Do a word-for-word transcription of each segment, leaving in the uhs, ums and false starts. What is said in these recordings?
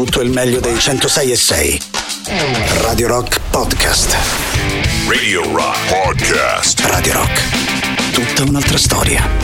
tutto il meglio dei centosei e sei. Radio Rock Podcast. Radio Rock Podcast. Radio Rock. Tutta un'altra storia.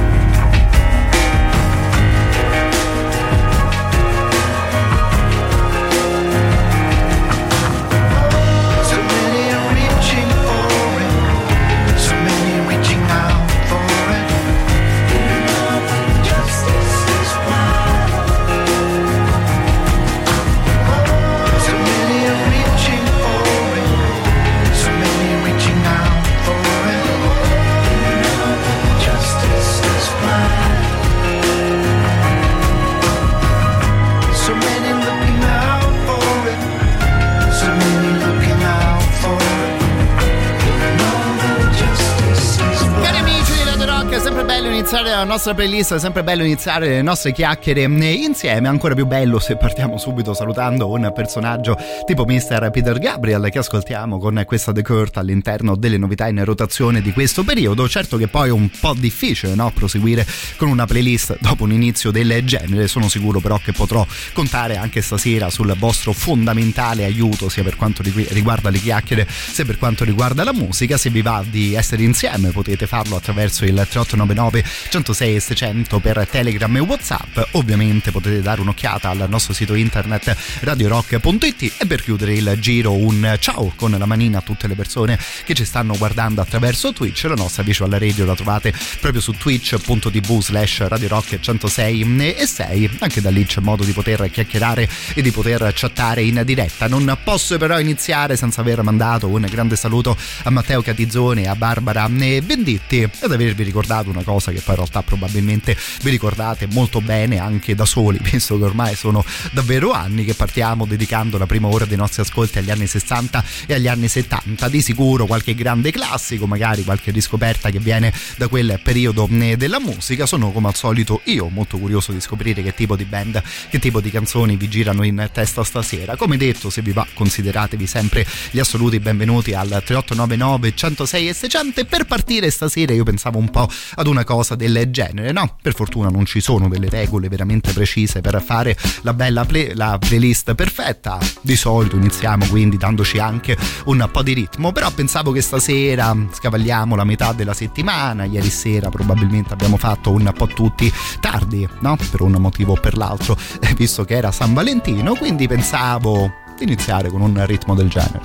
La nostra playlist, è sempre bello iniziare le nostre chiacchiere insieme, ancora più bello se partiamo subito salutando un personaggio tipo mister Peter Gabriel che ascoltiamo con questa The Curt all'interno delle novità in rotazione di questo periodo. Certo che poi è un po' difficile, no? Proseguire con una playlist dopo un inizio del genere, sono sicuro però che potrò contare anche stasera sul vostro fondamentale aiuto sia per quanto riguarda le chiacchiere sia per quanto riguarda la musica. Se vi va di essere insieme potete farlo attraverso il tre otto nove nove centosei e seicento per Telegram e WhatsApp. Ovviamente potete dare un'occhiata al nostro sito internet radio rock punto it e per chiudere il giro un ciao con la manina a tutte le persone che ci stanno guardando attraverso Twitch. La nostra visual radio la trovate proprio su twitch punto tv slash radio rock centosei e sei. Anche da lì c'è modo di poter chiacchierare e di poter chattare in diretta. Non posso però iniziare senza aver mandato un grande saluto a Matteo Catizzone e a Barbara Venditti ed avervi ricordato una cosa che poi in realtà probabilmente vi ricordate molto bene anche da soli, visto che ormai sono davvero anni che partiamo dedicando la prima ora dei nostri ascolti agli anni sessanta e agli anni settanta. Di sicuro qualche grande classico, magari qualche riscoperta che viene da quel periodo della musica. Sono come al solito io molto curioso di scoprire che tipo di band, che tipo di canzoni vi girano in testa stasera. Come detto, se vi va consideratevi sempre gli assoluti benvenuti al tre otto nove nove centosei e seicento. E per partire stasera io pensavo un po' ad una cosa del genere, no? Per fortuna non ci sono delle regole veramente precise per fare la bella play, la playlist perfetta. Di solito iniziamo quindi dandoci anche un po' di ritmo, però pensavo che stasera scavagliamo la metà della settimana. Ieri sera probabilmente abbiamo fatto un po' tutti tardi, no? Per un motivo o per l'altro, visto che era San Valentino, quindi pensavo di iniziare con un ritmo del genere.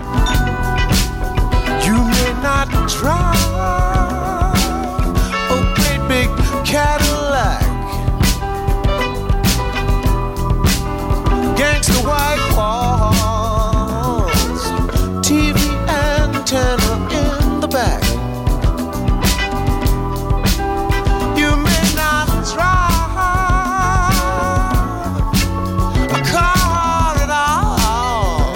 You may not try, oh great big Cadillac, gangsta white walls, T V antenna in the back. You may not drive a car at all,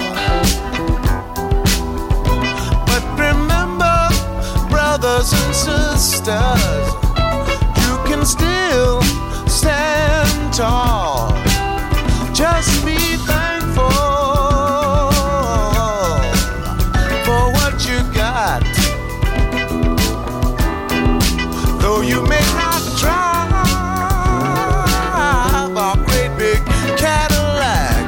but remember, brothers and sisters, you can still stand tall. Just be thankful for what you got. Though you may not drive a great big Cadillac,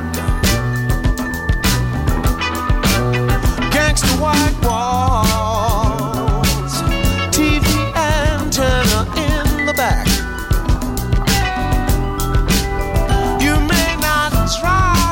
gangsta white walls, T V antenna in the back. You may not try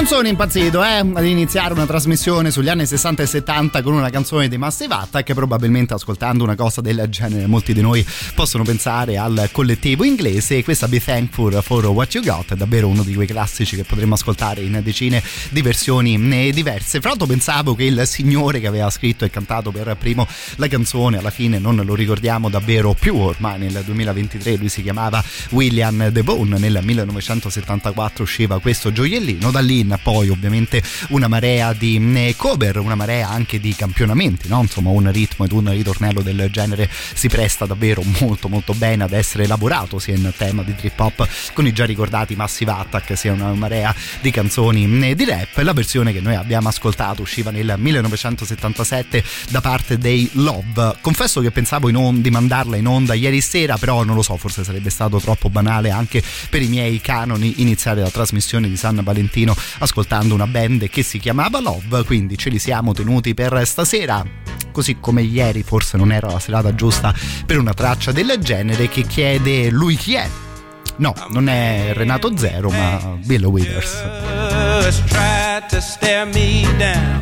Non sono impazzito eh, ad iniziare una trasmissione sugli anni sessanta e settanta con una canzone di Massive Attack. Probabilmente ascoltando una cosa del genere molti di noi possono pensare al collettivo inglese. Questa Be Thankful for What You Got è davvero uno di quei classici che potremmo ascoltare in decine di versioni diverse. Fra l'altro pensavo che il signore che aveva scritto e cantato per primo la canzone alla fine non lo ricordiamo davvero più, ormai nel duemilaventitré. Lui si chiamava William DeVaughn, nel millenovecentosettantaquattro usciva questo gioiellino. Da lì poi ovviamente una marea di cover, una marea anche di campionamenti, no? Insomma, un ritmo ed un ritornello del genere si presta davvero molto molto bene ad essere elaborato sia in tema di trip hop con i già ricordati Massive Attack, sia una marea di canzoni di rap. La versione che noi abbiamo ascoltato usciva nel millenovecentosettantasette da parte dei Love. Confesso che pensavo in on- di mandarla in onda ieri sera, però non lo so, forse sarebbe stato troppo banale anche per i miei canoni iniziare la trasmissione di San Valentino ascoltando una band che si chiamava Love, quindi ce li siamo tenuti per stasera. Così come ieri forse non era la serata giusta per una traccia del genere che chiede lui chi è. No, non è Renato Zero, ma Bill Withers. Just tried to stare me down,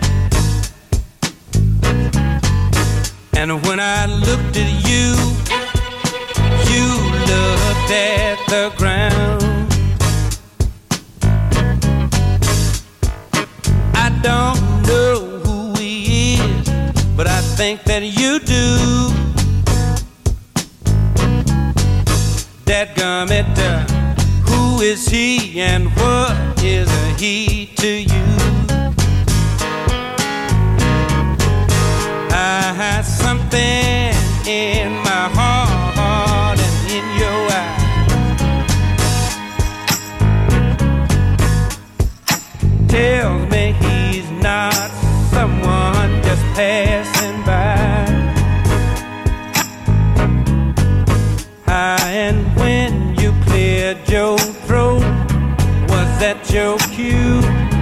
and when I looked at you, you looked at the ground. I don't know who he is, but I think that you do. Dadgummit, uh, who is he and what is a he to you? I have something in my heart and in your eyes tells me he's not someone just passing by. And when you cleared your throat, was that your cue?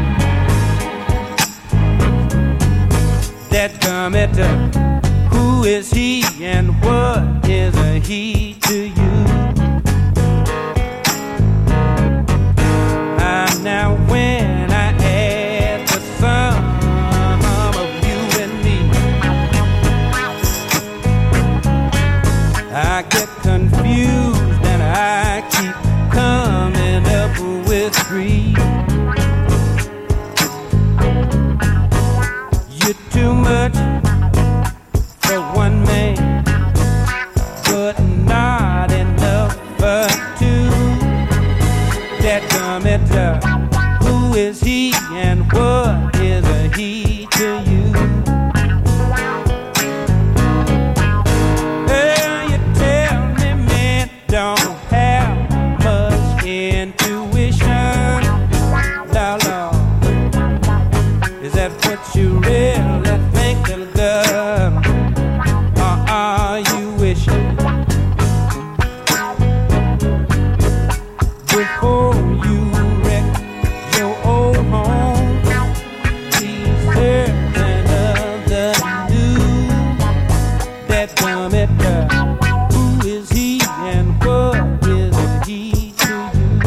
Dadgummit, who is he and what is a he to you? Ah, now when I add the sum of you and me, I get confused and I keep coming up with three. You're too much for one man, but not enough for two. Dadgummit, who is he and what is a he to you? Don't have much intuition, la la. Is that what you really think, little girl? Or are you wishing before you wreck your old home? Please serve another new. Dadgummit, who is he and what is he to you?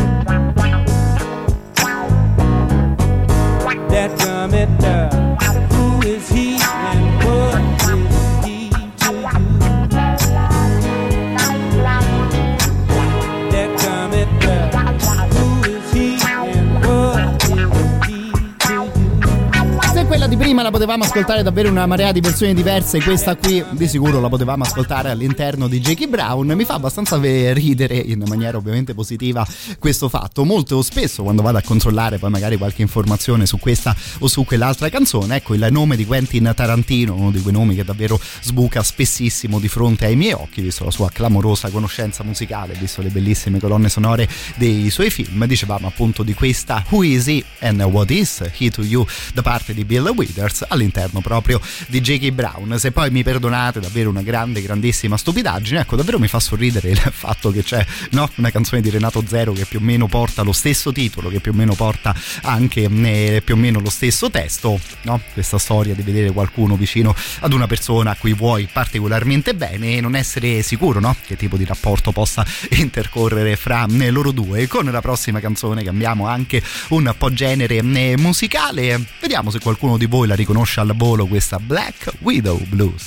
Dadgummit, who is he and what is he to you? Dadgummit, who is he and what is he to you? Se quella di prima la potevamo ascoltare davvero in una marea di versioni diverse, questa qui di sicuro la potevamo ascoltare all'interno di Jackie Brown. Mi fa abbastanza ridere in maniera ovviamente positiva questo fatto. Molto spesso quando vado a controllare poi magari qualche informazione su questa o su quell'altra canzone, ecco il nome di Quentin Tarantino, uno di quei nomi che davvero sbuca spessissimo di fronte ai miei occhi, visto la sua clamorosa conoscenza musicale, visto le bellissime colonne sonore dei suoi film. Dicevamo appunto di questa Who Is He and What Is He to You da parte di Bill Withers. Withers all'interno proprio di J K. Brown. Se poi mi perdonate, davvero una grande grandissima stupidaggine, ecco, davvero mi fa sorridere il fatto che c'è, no, una canzone di Renato Zero che più o meno porta lo stesso titolo, che più o meno porta anche eh, più o meno lo stesso testo, no? Questa storia di vedere qualcuno vicino ad una persona a cui vuoi particolarmente bene e non essere sicuro, no, che tipo di rapporto possa intercorrere fra eh, loro due. Con la prossima canzone cambiamo anche un po' genere eh, musicale, vediamo se qualcuno di voi la riconosce al volo, questa Black Widow Blues.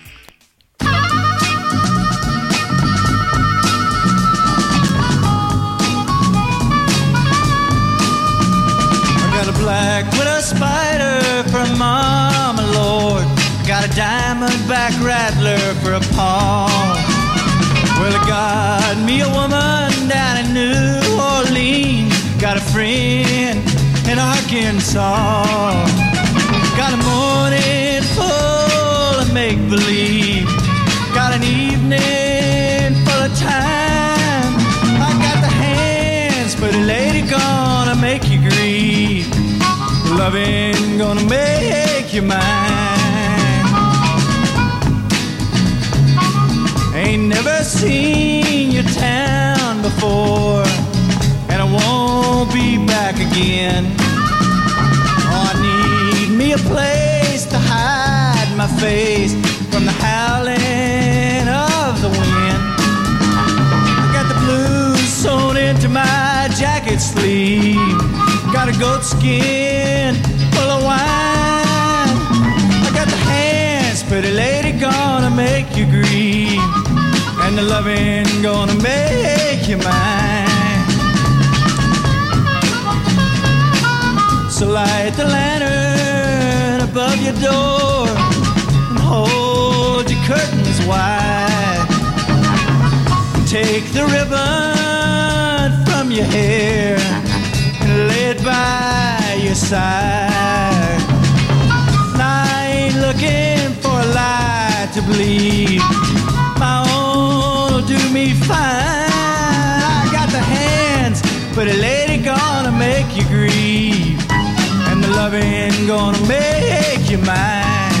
Got a black widow spider for a mama, Lord. Got a diamondback rattler for a paw. Well, I got me a woman down in New Orleans. Got a friend in Arkansas. Got a morning full of make-believe. Got an evening full of time. I got the hands, but a lady gonna make you grieve. Loving gonna make you mine. Ain't never seen your town before, and I won't be back again. Oh, I need me a place to hide my face from the howling of the wind. I got the blues sewn into my jacket sleeve. Got a goat skin full of wine. I got the hands, pretty lady, gonna make you grieve, and the loving gonna make you mine. So light the lantern above your door and hold your curtains wide. Take the ribbon from your hair and lay it by your side. And I ain't looking for a lie to believe. My own will do me fine. I got the hands, but a lady gonna make you grieve, and the loving gonna make you mine.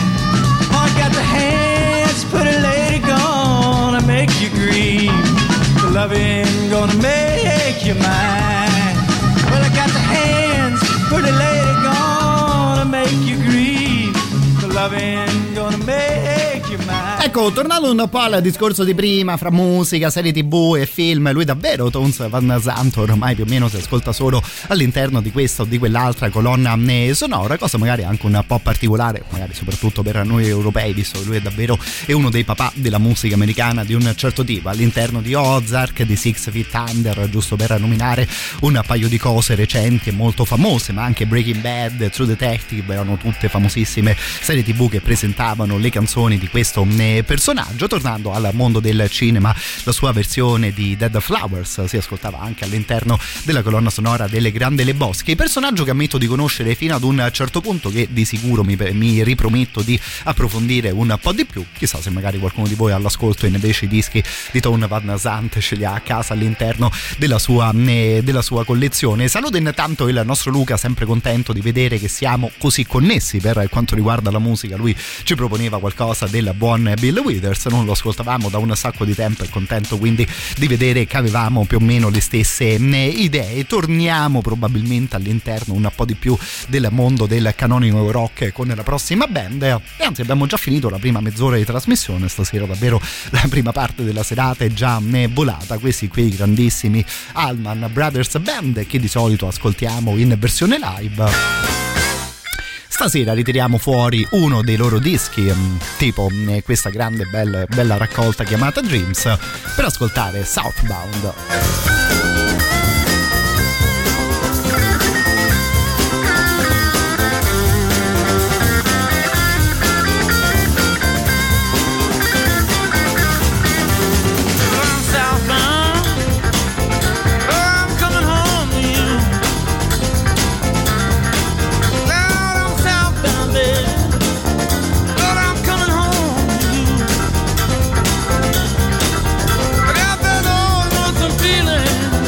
I got the hands, but a lady gonna make you grieve, the loving gonna make you mine. Well, I got the hands, but a lady gonna make you grieve, the loving gonna make you mine. Ecco, tornando un po' al discorso di prima fra musica, serie tv e film, lui davvero, Townes Van Zandt, ormai più o meno si ascolta solo all'interno di questa o di quell'altra colonna sonora, cosa magari anche un po' particolare, magari soprattutto per noi europei, visto che lui è davvero è uno dei papà della musica americana di un certo tipo, all'interno di Ozark, di Six Feet Under, giusto per nominare un paio di cose recenti e molto famose, ma anche Breaking Bad, True Detective, erano tutte famosissime serie tv che presentavano le canzoni di questo personaggio. Tornando al mondo del cinema, la sua versione di Dead Flowers si ascoltava anche all'interno della colonna sonora delle Grande Lebowski, personaggio che ammetto di conoscere fino ad un certo punto, che di sicuro mi, mi riprometto di approfondire un po' di più. Chissà se magari qualcuno di voi all'ascolto invece i dischi di Townes Van Zandt ce li ha a casa all'interno della sua, della sua collezione. Saluto intanto il nostro Luca, sempre contento di vedere che siamo così connessi per quanto riguarda la musica. Lui ci proponeva qualcosa del buon Bill Withers, non lo ascoltavamo da un sacco di tempo, e contento quindi di vedere che avevamo più o meno le stesse idee. Torniamo probabilmente all'interno un po' di più del mondo del canonico rock con la prossima band, e anzi abbiamo già finito la prima mezz'ora di trasmissione stasera, davvero la prima parte della serata è già volata. Questi quei grandissimi Allman Brothers Band che di solito ascoltiamo in versione live. Stasera ritiriamo fuori uno dei loro dischi, tipo questa grande bella, bella raccolta chiamata Dreams, per ascoltare Southbound. Feeling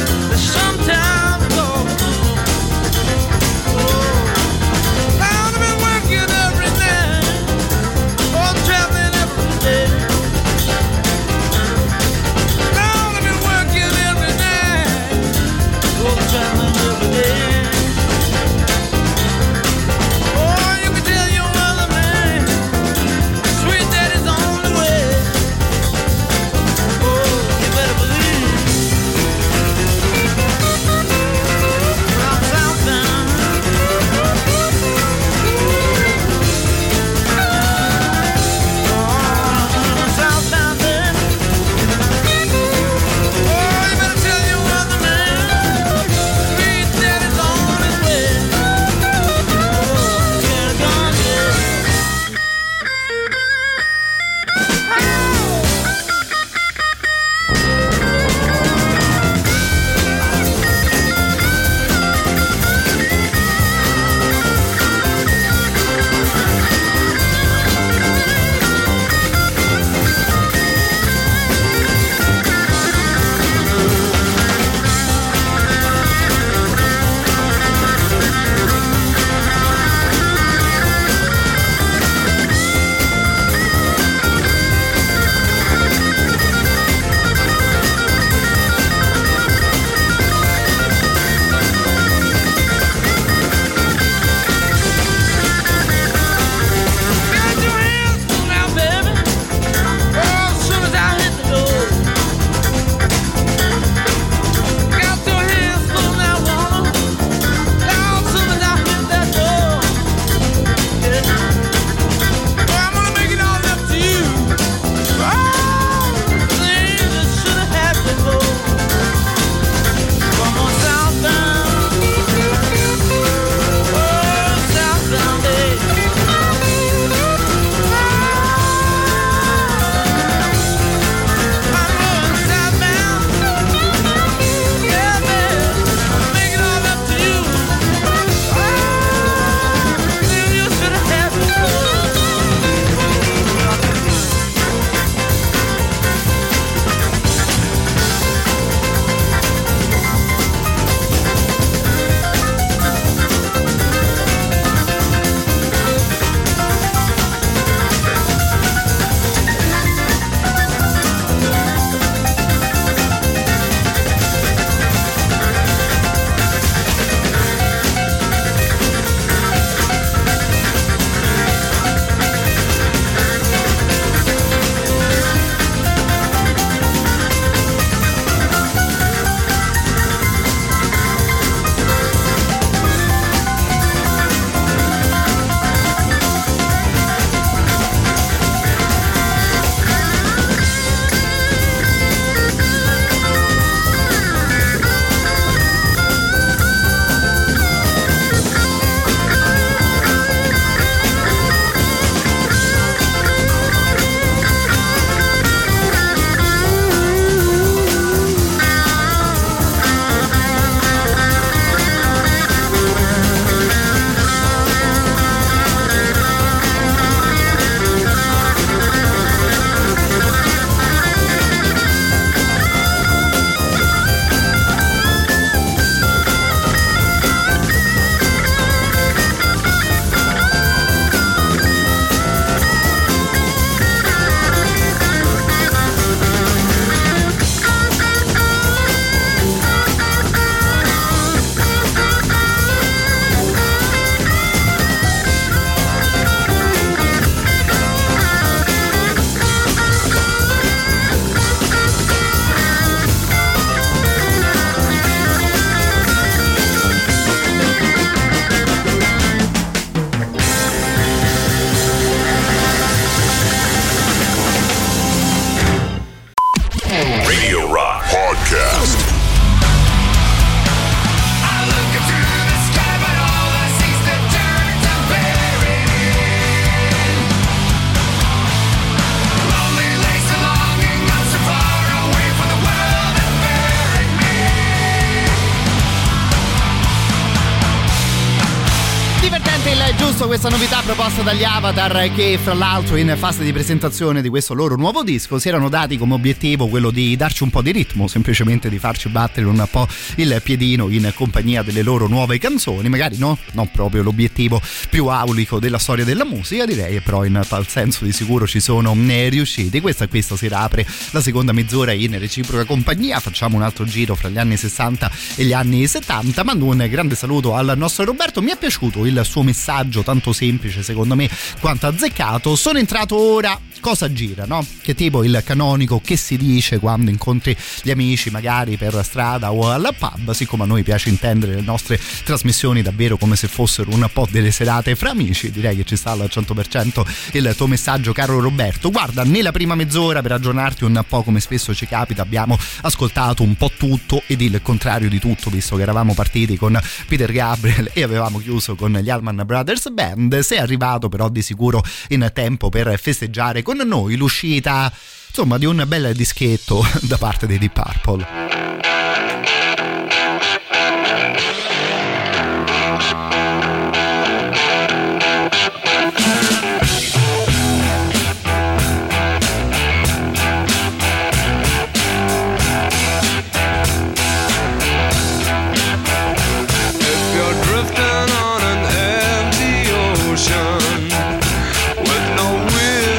il giusto, questa novità proposta dagli Avatar, che fra l'altro in fase di presentazione di questo loro nuovo disco si erano dati come obiettivo quello di darci un po' di ritmo, semplicemente di farci battere un po' il piedino in compagnia delle loro nuove canzoni. Magari no, non proprio l'obiettivo più aulico della storia della musica, direi, però in tal senso di sicuro ci sono riusciti. Questa qui stasera apre la seconda mezz'ora in reciproca compagnia. Facciamo un altro giro fra gli anni sessanta e gli anni settanta. Mando un grande saluto al nostro Roberto, mi è piaciuto il suo messaggio, tanto semplice secondo me quanto azzeccato. Sono entrato ora, cosa gira, no? Che tipo il canonico che si dice quando incontri gli amici magari per strada o al pub, siccome a noi piace intendere le nostre trasmissioni davvero come se fossero un po' delle serate fra amici, direi che ci sta al cento per cento il tuo messaggio, caro Roberto. Guarda, nella prima mezz'ora, per aggiornarti un po' come spesso ci capita, abbiamo ascoltato un po' tutto ed il contrario di tutto, visto che eravamo partiti con Peter Gabriel e avevamo chiuso con gli Allman Brothers Band. Sei arrivato però di sicuro in tempo per festeggiare con noi l'uscita, insomma, di un bel dischetto da parte dei Deep Purple.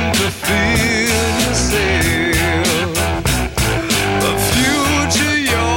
Future, your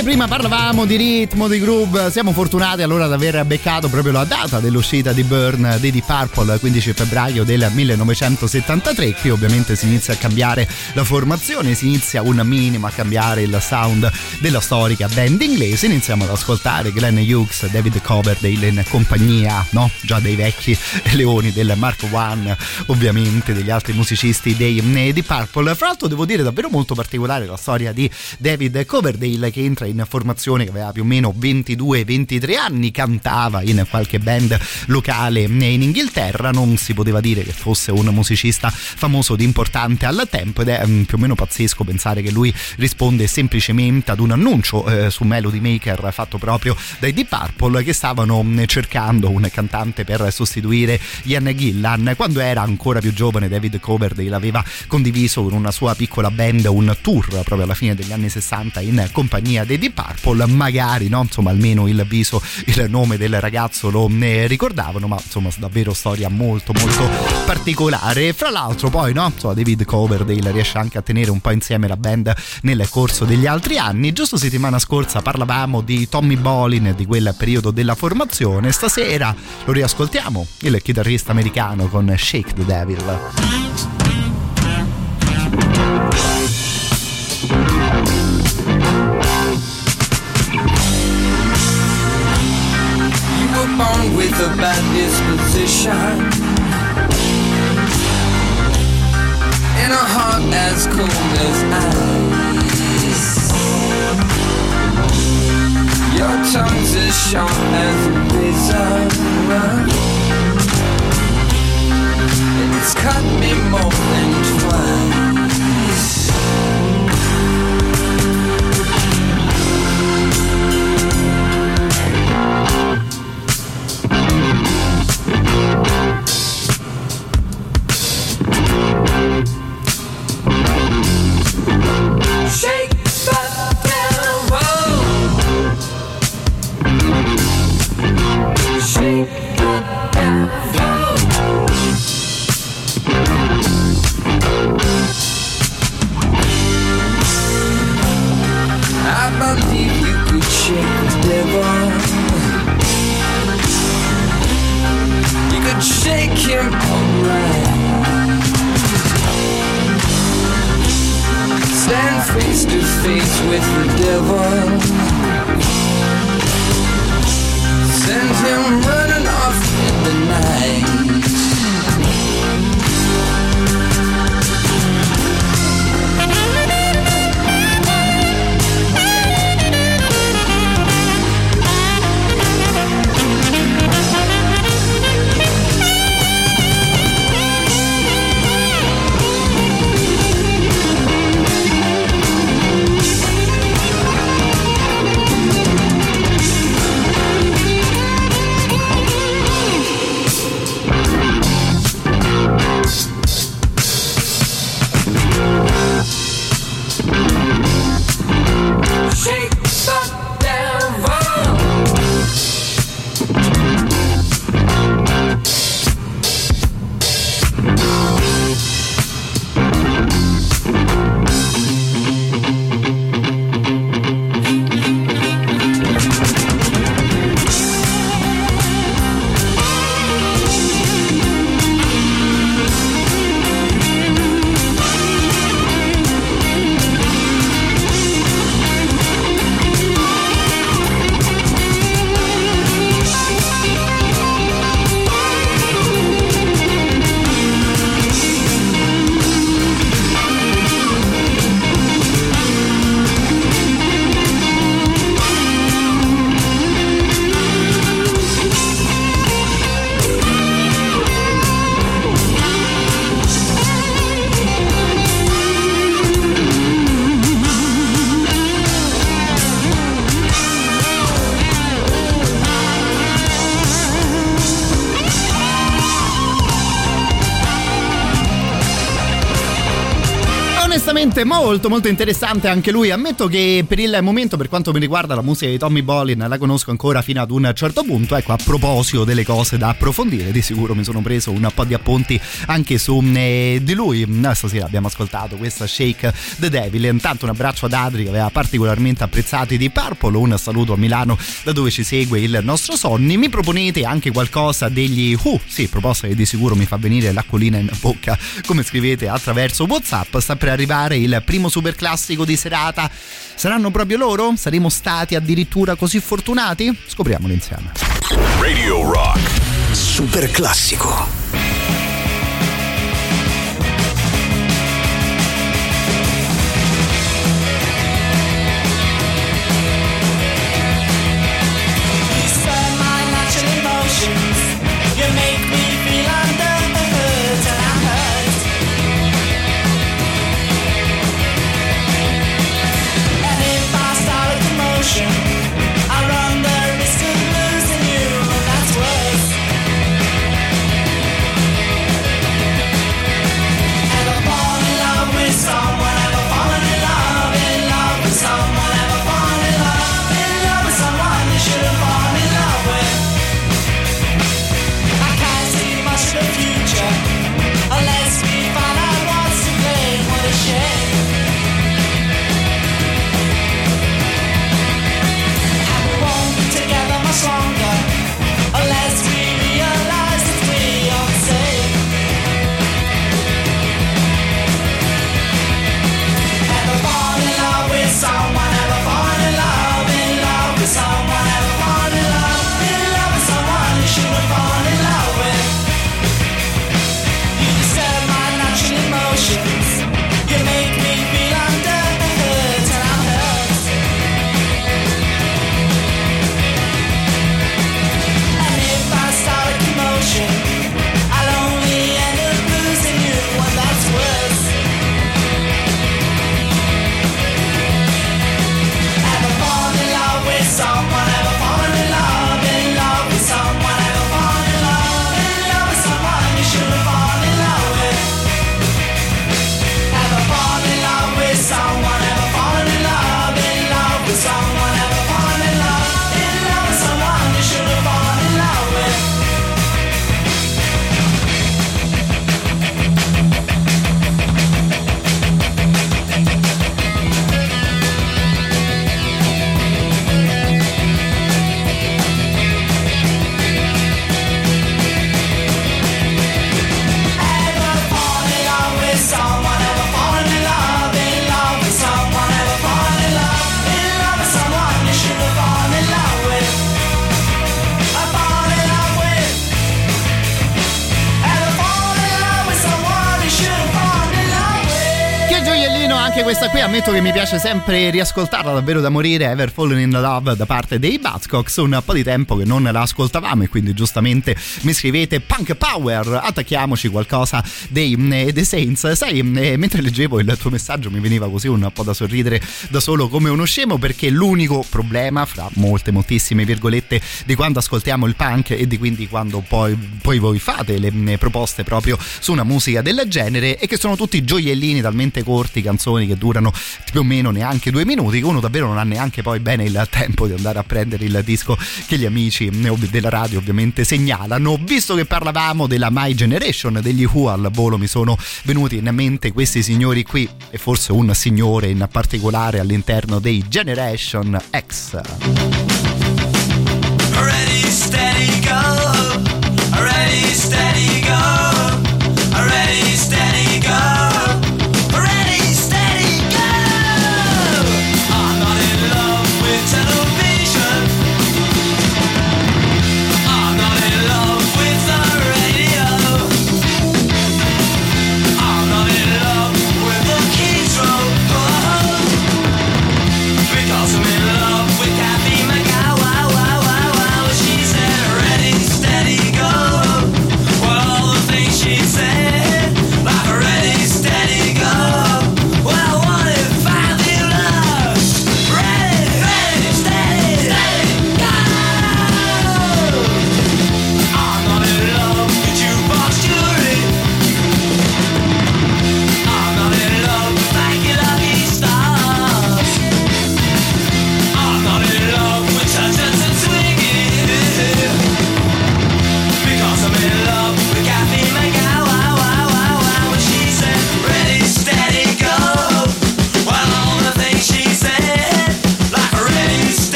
Sai, prima parlavamo di ritmo, di groove, siamo fortunati allora ad aver beccato proprio la data dell'uscita di Burn dei Deep Purple, quindici febbraio del millenovecentosettantatré. Qui ovviamente si inizia a cambiare la formazione, si inizia un minimo a cambiare il sound della storica band inglese. Iniziamo ad ascoltare Glenn Hughes, David Coverdale in compagnia, no? Già dei vecchi leoni del Mark One, ovviamente degli altri musicisti dei Deep Purple. Fra l'altro devo dire davvero molto particolare la storia di David Coverdale, che entra in formazione, che aveva più o meno ventidue ventitré anni, cantava in qualche band locale in Inghilterra, non si poteva dire che fosse un musicista famoso ed importante al tempo, ed è um, più o meno pazzesco pensare che lui risponde semplicemente ad un annuncio eh, su Melody Maker fatto proprio dai Deep Purple, che stavano cercando un cantante per sostituire Ian Gillan. Quando era ancora più giovane, David Coverdale aveva condiviso con una sua piccola band un tour proprio alla fine degli anni sessanta in compagnia dei Deep Purple. Magari, no, insomma, almeno il viso, il nome del ragazzo lo ne ricordavano, ma insomma davvero storia molto molto particolare. Fra l'altro poi, no, insomma, David Coverdale riesce anche a tenere un po' insieme la band nel corso degli altri anni. Giusto settimana scorsa parlavamo di Tommy Bolin, di quel periodo della formazione. Stasera lo riascoltiamo, il chitarrista americano, con Shake the Devil. Born with a bad disposition and a heart as cold as ice. Your tongue's as sharp as a razor, and it's cut me more than twice. Shake the devil. Shake the devil. I believe you could shake the devil. You could shake him alright. Stand face to face with the devil. Send him running off in the night. Onestamente molto molto interessante anche lui. Ammetto che per il momento, per quanto mi riguarda, la musica di Tommy Bolin la conosco ancora fino ad un certo punto. Ecco, a proposito delle cose da approfondire, di sicuro mi sono preso un po' di appunti anche su eh, di lui. Stasera abbiamo ascoltato questa Shake the Devil. Intanto un abbraccio ad Adri che aveva particolarmente apprezzati di Purple, un saluto a Milano da dove ci segue il nostro Sonny. Mi proponete anche qualcosa degli Who? Sì, proposta che di sicuro mi fa venire l'acquolina in bocca, come scrivete attraverso WhatsApp. Sta per arrivare il primo super classico di serata. Saranno proprio loro? Saremo stati addirittura così fortunati? Scopriamolo insieme. Radio Rock Super classico. I run the risk of losing you, and that's worse. anche questa qui ammetto che mi piace sempre riascoltarla davvero da morire, Ever Fallen in Love da parte dei Buzzcocks. Un po' di tempo che non la ascoltavamo e quindi giustamente mi scrivete Punk Power, attacchiamoci qualcosa dei, dei Saints. Sai, mentre leggevo il tuo messaggio mi veniva così un po' da sorridere da solo come uno scemo, perché l'unico problema, fra molte moltissime virgolette, di quando ascoltiamo il punk e di quindi quando poi, poi voi fate le proposte proprio su una musica del genere, è che sono tutti gioiellini talmente corti, canzoni che durano più o meno neanche due minuti, che uno davvero non ha neanche poi bene il tempo di andare a prendere il disco che gli amici della radio ovviamente segnalano. Visto che parlavamo della My Generation degli Who, al volo mi sono venuti in mente questi signori qui, e forse un signore in particolare all'interno dei Generation X. Ready, steady, go. Ready, steady, go. Ready, steady, go. Ready, steady, go. I'm not in love with television. I'm not in love with the radio. I'm not in love with the Keys road. Because I'm in love with Kathy McKenna.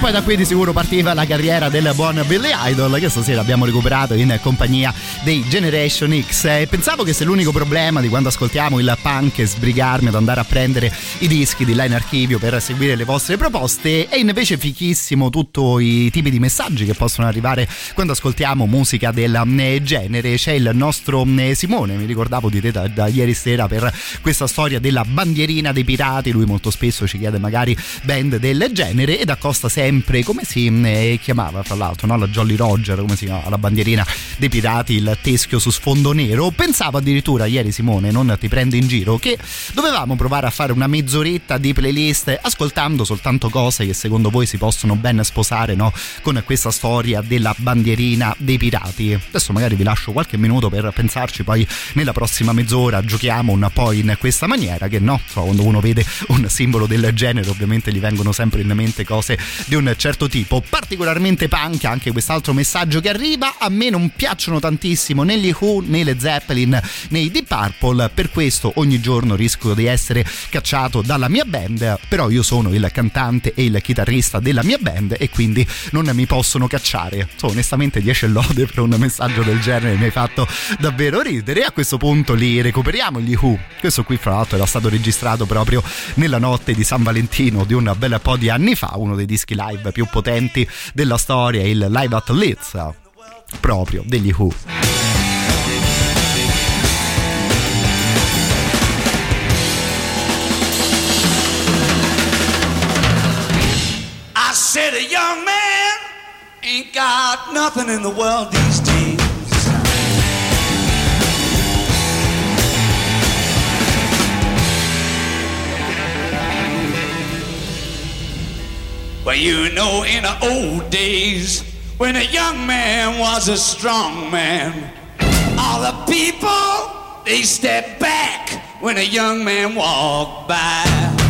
poi da qui di sicuro partiva la carriera del buon Billy Idol, che stasera abbiamo recuperato in compagnia dei Generation X. E pensavo che se l'unico problema di quando ascoltiamo il punk è sbrigarmi ad andare a prendere i dischi di là in archivio per seguire le vostre proposte, è invece fichissimo tutti i tipi di messaggi che possono arrivare quando ascoltiamo musica del genere. C'è il nostro Simone, mi ricordavo di te da, da ieri sera per questa storia della bandierina dei pirati. Lui molto spesso ci chiede magari band del genere ed accosta sempre, come si chiamava fra l'altro, no? La Jolly Roger, come si chiama la bandierina dei pirati, il teschio su sfondo nero. Pensavo addirittura ieri, Simone, non ti prendo in giro, che dovevamo provare a fare una mezz'oretta di playlist ascoltando soltanto cose che secondo voi si possono ben sposare, no? Con questa storia della bandierina dei pirati. Adesso magari vi lascio qualche minuto per pensarci, poi nella prossima mezz'ora giochiamo un po' in questa maniera, che no, so, quando uno vede un simbolo del genere ovviamente gli vengono sempre in mente cose di un certo tipo, particolarmente punk. Anche quest'altro messaggio che arriva: a me non piacciono tantissimo né gli Who né le Zeppelin né i Deep Purple, per questo ogni giorno rischio di essere cacciato dalla mia band, però io sono il cantante e il chitarrista della mia band e quindi non mi possono cacciare. So, onestamente dieci lode per un messaggio del genere, mi hai fatto davvero ridere. E a questo punto li recuperiamo gli Who. Questo qui fra l'altro era stato registrato proprio nella notte di San Valentino di un bel po' di anni fa, uno dei dischi live più potenti della storia, il Live at Leeds proprio degli Who. I said a young man ain't got nothing in the world these days. Well, you know, in the old days, when a young man was a strong man, all the people, they stepped back when a young man walked by.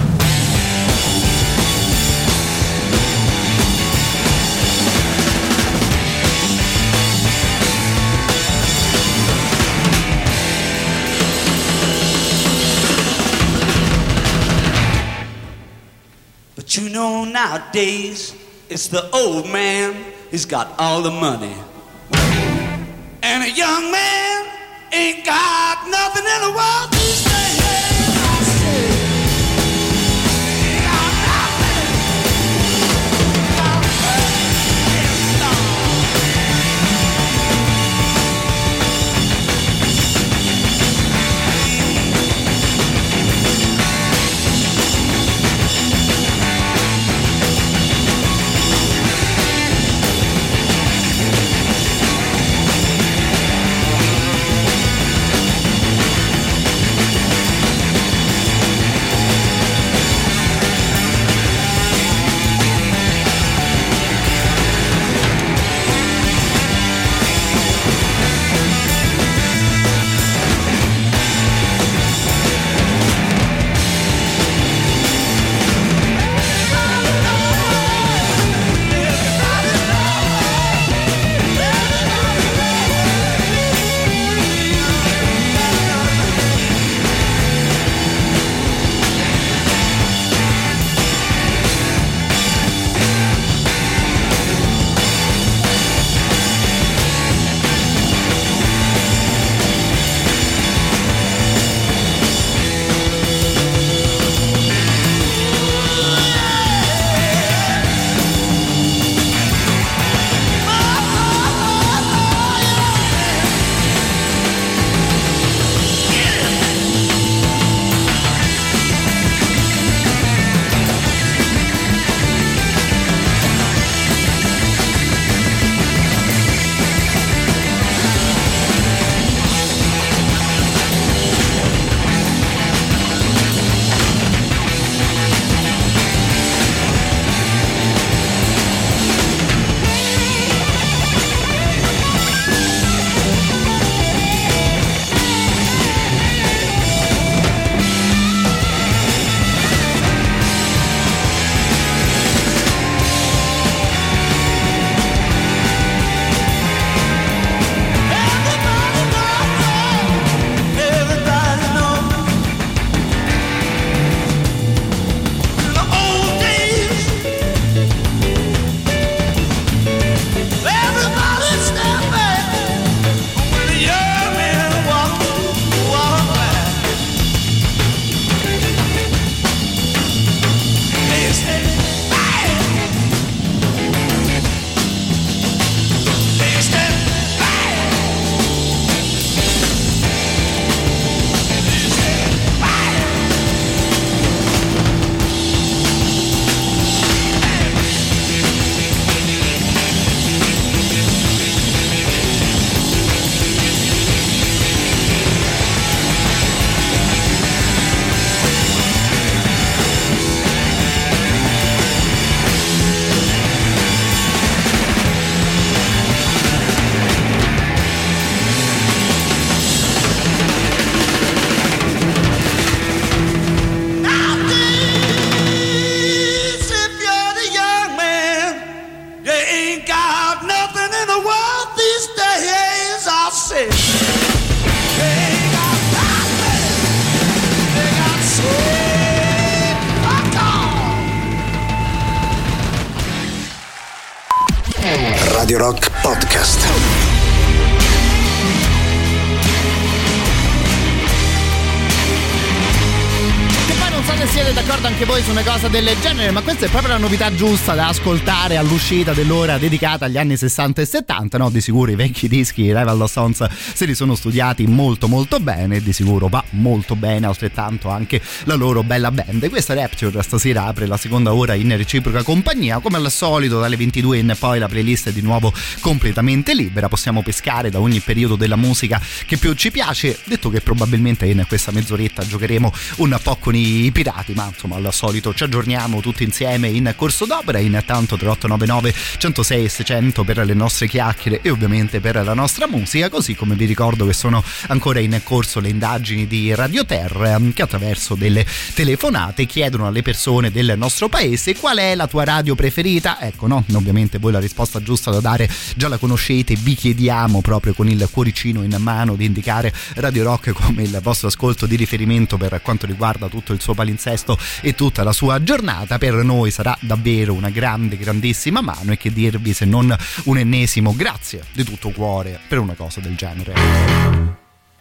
But you know nowadays, it's the old man, he's got all the money. And a young man ain't got nothing in the world these days. Radio Rock Podcast. Non so se siete d'accordo anche voi su una cosa del genere, ma questa è proprio la novità giusta da ascoltare all'uscita dell'ora dedicata agli anni sessanta e settanta, no? Di sicuro i vecchi dischi Rival Sons se li sono studiati molto molto bene, di sicuro va molto bene altrettanto anche la loro bella band. E questa Rapture stasera apre la seconda ora in reciproca compagnia, come al solito dalle ventidue in poi la playlist è di nuovo completamente libera, possiamo pescare da ogni periodo della musica che più ci piace, detto che probabilmente in questa mezz'oretta giocheremo un po' con i pirati, ma insomma al solito ci aggiorniamo tutti insieme in corso d'opera. Intanto tre otto nove nove uno zero sei seicento per le nostre chiacchiere e ovviamente per la nostra musica, così come vi ricordo che sono ancora in corso le indagini di Radio Terra che attraverso delle telefonate chiedono alle persone del nostro paese qual è la tua radio preferita. Ecco, no, ovviamente voi la risposta giusta da dare già la conoscete, vi chiediamo proprio con il cuoricino in mano di indicare Radio Rock come il vostro ascolto di riferimento per quanto riguarda tutto il suo palinsesto e tutta la sua giornata. Per noi sarà davvero una grande grandissima mano, e che dirvi se non un ennesimo grazie di tutto cuore per una cosa del genere.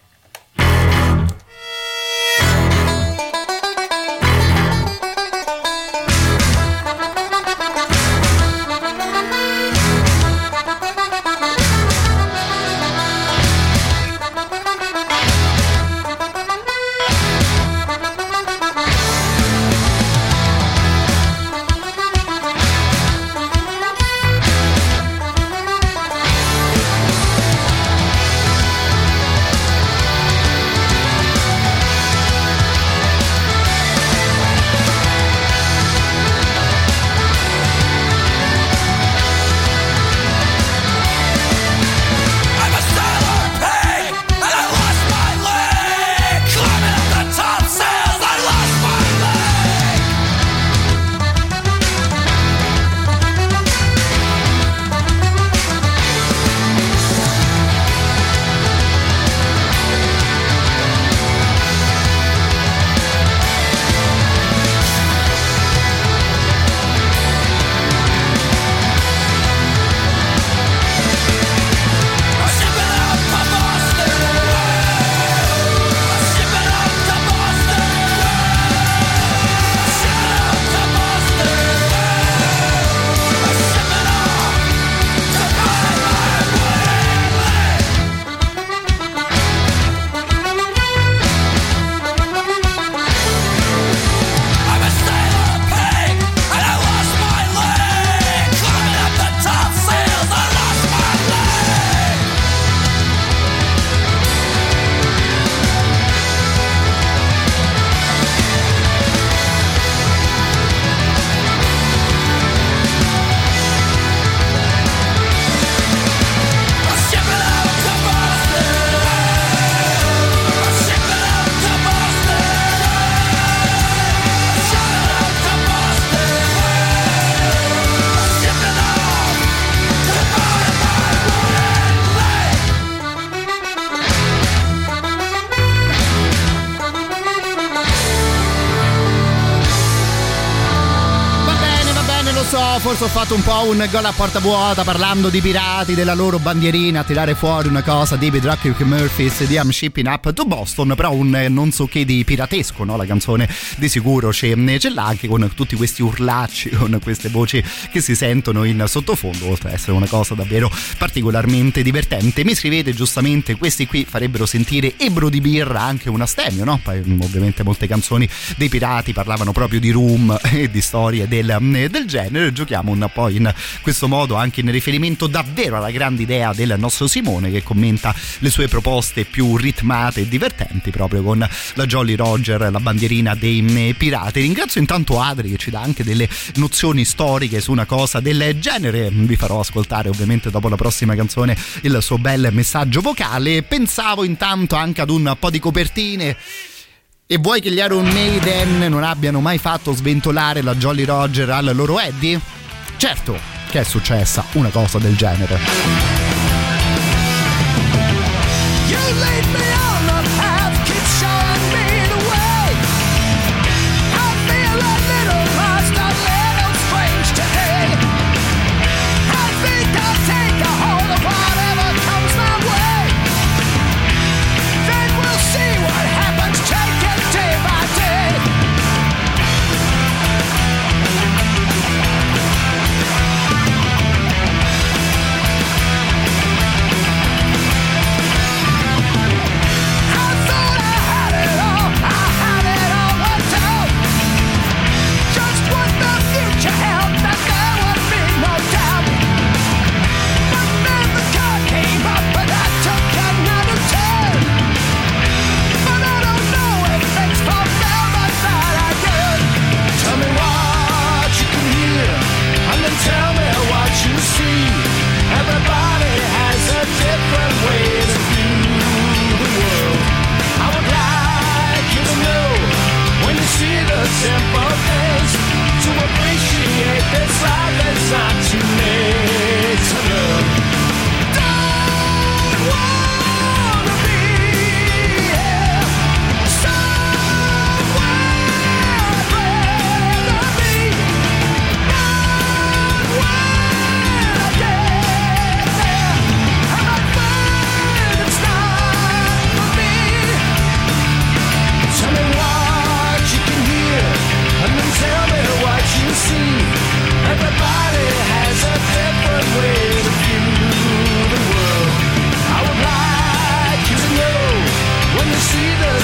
Forse ho fatto un po' un gol a porta vuota parlando di pirati, della loro bandierina, a tirare fuori una cosa David Dropkick Murphys di I'm Shipping Up to Boston, però un non so che di piratesco, no? La canzone di sicuro c'è, c'è là, anche con tutti questi urlacci, con queste voci che si sentono in sottofondo, oltre ad essere una cosa davvero particolarmente divertente. Mi scrivete giustamente, questi qui farebbero sentire Ebro di birra anche un astemio, no? Poi ovviamente molte canzoni dei pirati parlavano proprio di rum e di storie del, del genere. Giochiamo un po' in questo modo anche in riferimento davvero alla grande idea del nostro Simone, che commenta le sue proposte più ritmate e divertenti proprio con la Jolly Roger, la bandierina dei pirati. Ringrazio intanto Adri che ci dà anche delle nozioni storiche su una cosa del genere. Vi farò ascoltare ovviamente dopo la prossima canzone il suo bel messaggio vocale. Pensavo intanto anche ad un po' di copertine. E vuoi che gli Iron Maiden non abbiano mai fatto sventolare la Jolly Roger al loro Eddie? Certo che è successa una cosa del genere. Take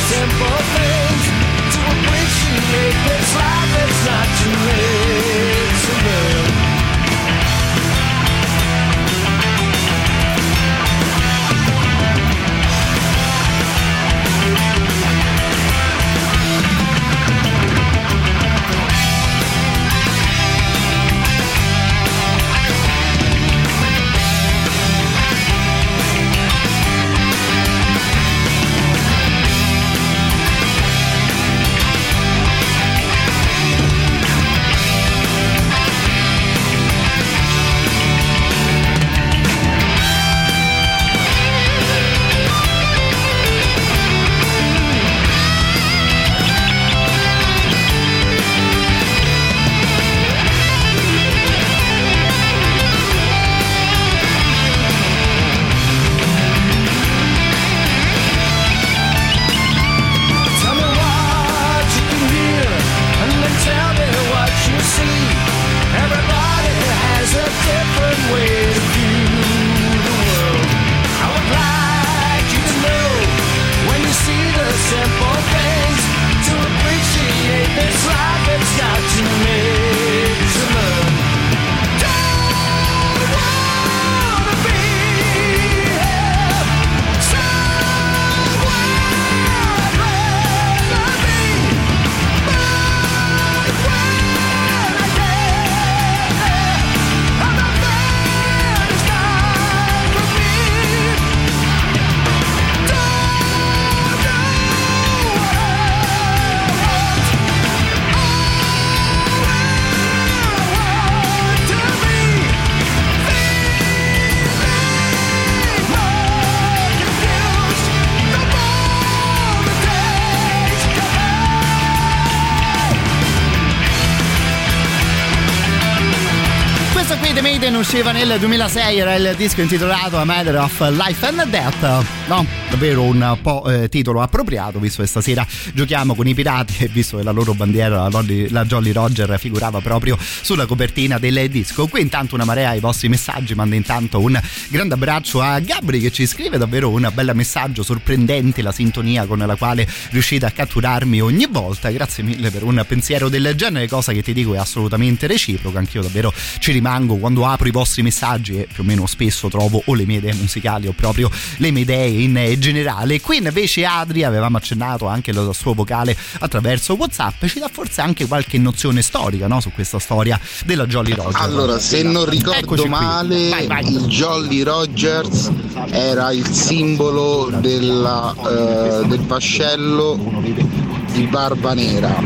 simple things to appreciate this life. It's not too late to live. Usciva nel duemilasei, era il disco intitolato A Matter of Life and Death, no? Davvero un po' eh, titolo appropriato, visto che stasera giochiamo con i pirati e visto che la loro bandiera, la Jolly, la Jolly Roger, figurava proprio sulla copertina del disco. Qui intanto una marea ai vostri messaggi, manda intanto un grande abbraccio a Gabri che ci scrive davvero un bel messaggio, sorprendente la sintonia con la quale riuscite a catturarmi ogni volta, grazie mille per un pensiero del genere, cosa che ti dico è assolutamente reciproca, anch'io davvero ci rimango quando apro i vostri messaggi e più o meno spesso trovo o le mie idee musicali o proprio le mie idee in generale. Qui invece Adri, avevamo accennato anche il suo vocale attraverso WhatsApp, ci dà forse anche qualche nozione storica, no, su questa storia della Jolly Roger. Allora, se non ricordo Eccoci male, vai, vai. Il Jolly Rogers era il simbolo della, uh, del vascello di Barba Nera.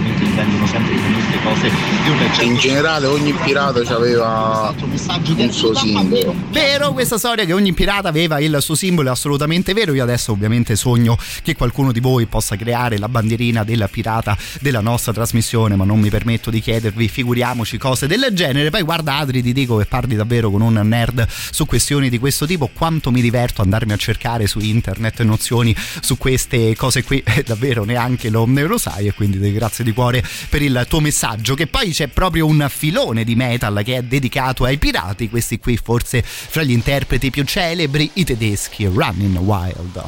In generale ogni pirata aveva un suo simbolo. Vero, questa storia che ogni pirata aveva il suo simbolo è assolutamente vero. Io adesso ovviamente sogno che qualcuno di voi possa creare la bandierina della pirata della nostra trasmissione, ma non mi permetto di chiedervi, figuriamoci, cose del genere. Poi guarda Adri, ti dico che parli davvero con un nerd su questioni di questo tipo, quanto mi diverto andarmi a cercare su internet nozioni su queste cose qui, davvero neanche lo, lo sai, e quindi grazie di cuore per il tuo messaggio. Che poi c'è proprio un filone di metal che è dedicato ai pirati, questi qui forse fra gli interpreti più celebri, i tedeschi, Running Wild.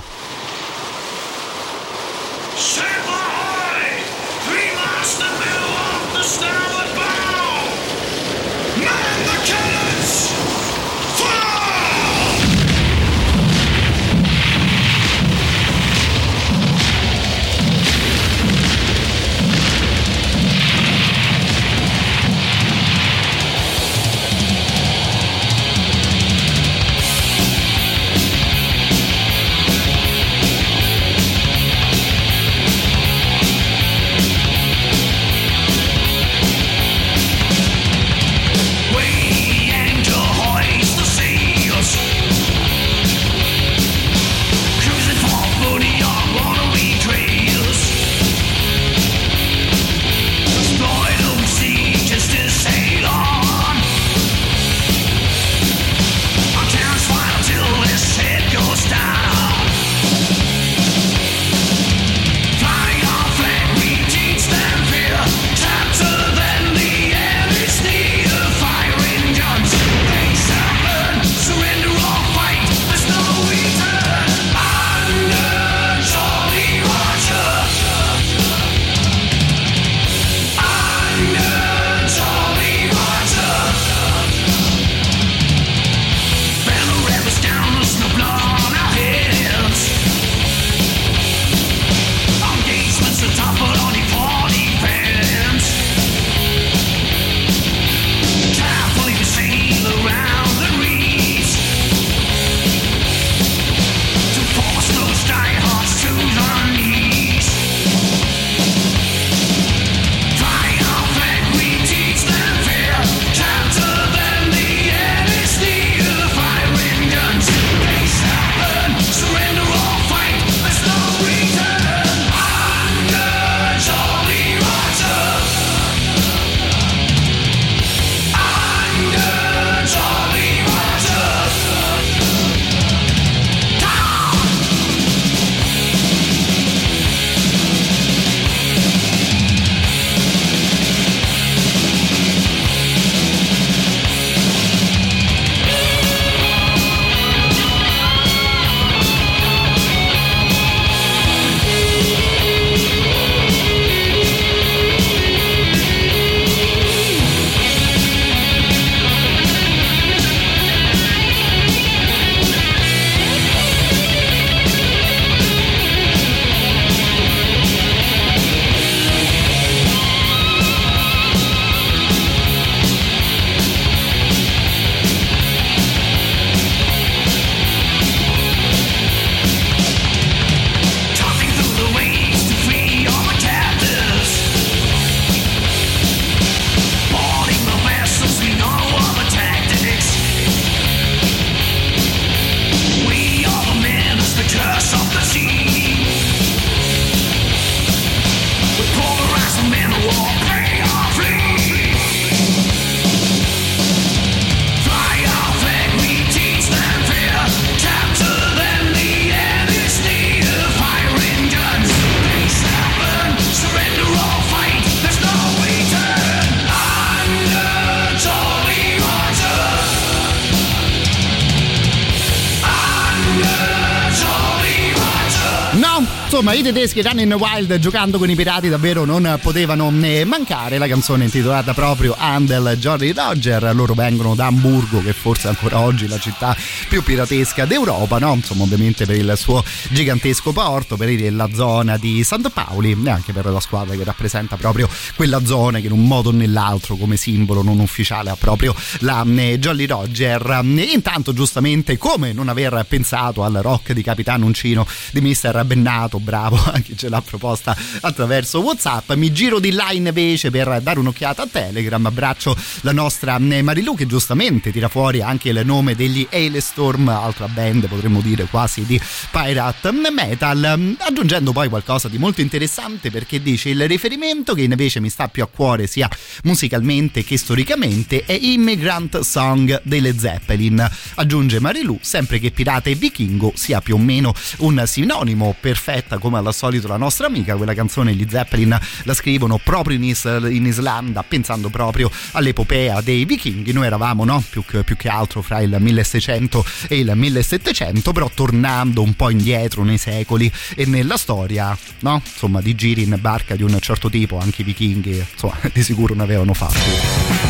No, insomma i tedeschi Running Wild giocando con i pirati davvero non potevano mancare. La canzone è intitolata proprio Handel Jolly Roger, loro vengono da Amburgo, che forse ancora oggi è la città più piratesca d'Europa, no? Insomma ovviamente per il suo gigantesco porto, per la zona di Sant Pauli e anche per la squadra che rappresenta proprio quella zona che in un modo o nell'altro come simbolo non ufficiale ha proprio la Jolly Roger. Intanto giustamente come non aver pensato al rock di Capitan Uncino di mister Bennato, bravo a chi ce l'ha proposta attraverso WhatsApp. Mi giro di là invece per dare un'occhiata a Telegram, abbraccio la nostra Marilu che giustamente tira fuori anche il nome degli Hailstorm, altra band potremmo dire quasi di pirate metal, aggiungendo poi qualcosa di molto interessante perché dice: il riferimento che invece mi sta più a cuore sia musicalmente che storicamente è Immigrant Song delle Zeppelin. Aggiunge Marilu, sempre che pirata e vichingo sia più o meno un sinonimo. Perfetta come al solito la nostra amica, quella canzone gli Zeppelin la scrivono proprio in, Is- in Islanda pensando proprio all'epopea dei vichinghi. Noi eravamo no più che, più che altro fra il milleseicento e il millesettecento, però tornando un po' indietro nei secoli e nella storia, no? Insomma, di giri in barca di un certo tipo anche i vichinghi insomma di sicuro ne avevano fatti.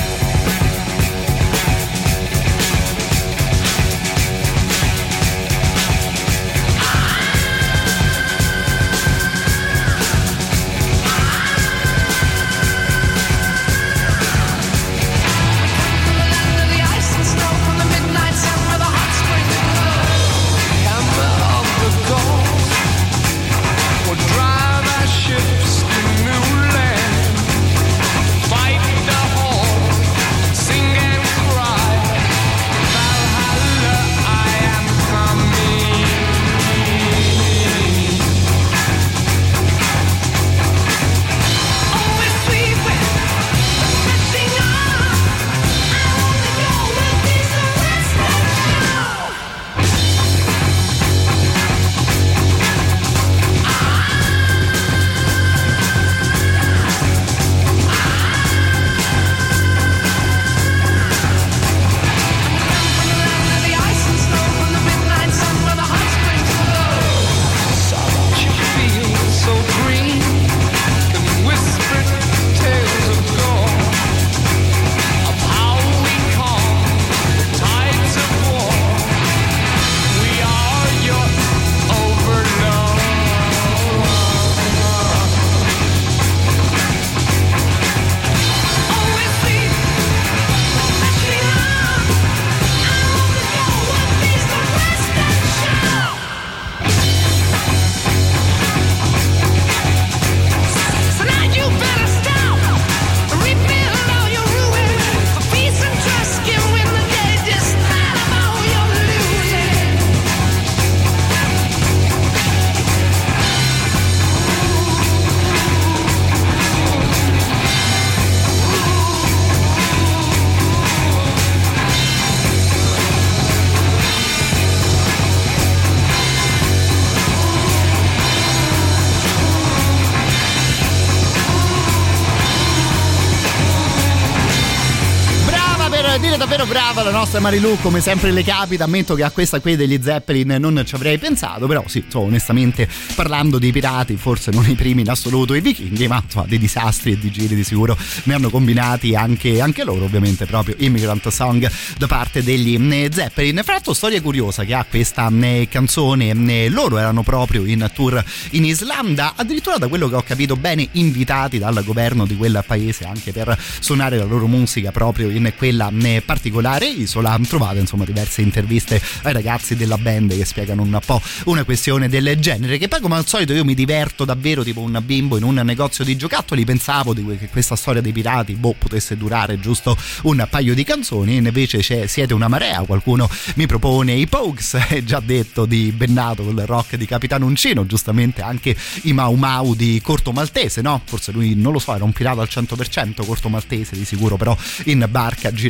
Brava la nostra Marilu, come sempre le capita. Ammetto che a questa qui degli Zeppelin non ci avrei pensato, però sì, insomma, onestamente parlando dei pirati forse non i primi in assoluto i vichinghi, ma insomma dei disastri e di giri di sicuro ne hanno combinati anche, anche loro, ovviamente proprio Immigrant Song da parte degli Zeppelin. Fra l'altro storia curiosa che ha questa canzone, loro erano proprio in tour in Islanda, addirittura da quello che ho capito bene invitati dal governo di quel paese anche per suonare la loro musica proprio in quella particolare isola. Trovate insomma diverse interviste ai ragazzi della band che spiegano un po' una questione del genere, che poi come al solito io mi diverto davvero tipo un bimbo in un negozio di giocattoli. Pensavo di che questa storia dei pirati boh potesse durare giusto un paio di canzoni, e invece c'è, siete una marea. Qualcuno mi propone i Pogues, è già detto di Bennato con il rock di Capitan Uncino, giustamente anche i Mau Mau di Corto Maltese, no? Forse lui non lo so, era un pirata al cento per cento Corto Maltese di sicuro, però in barca girava anche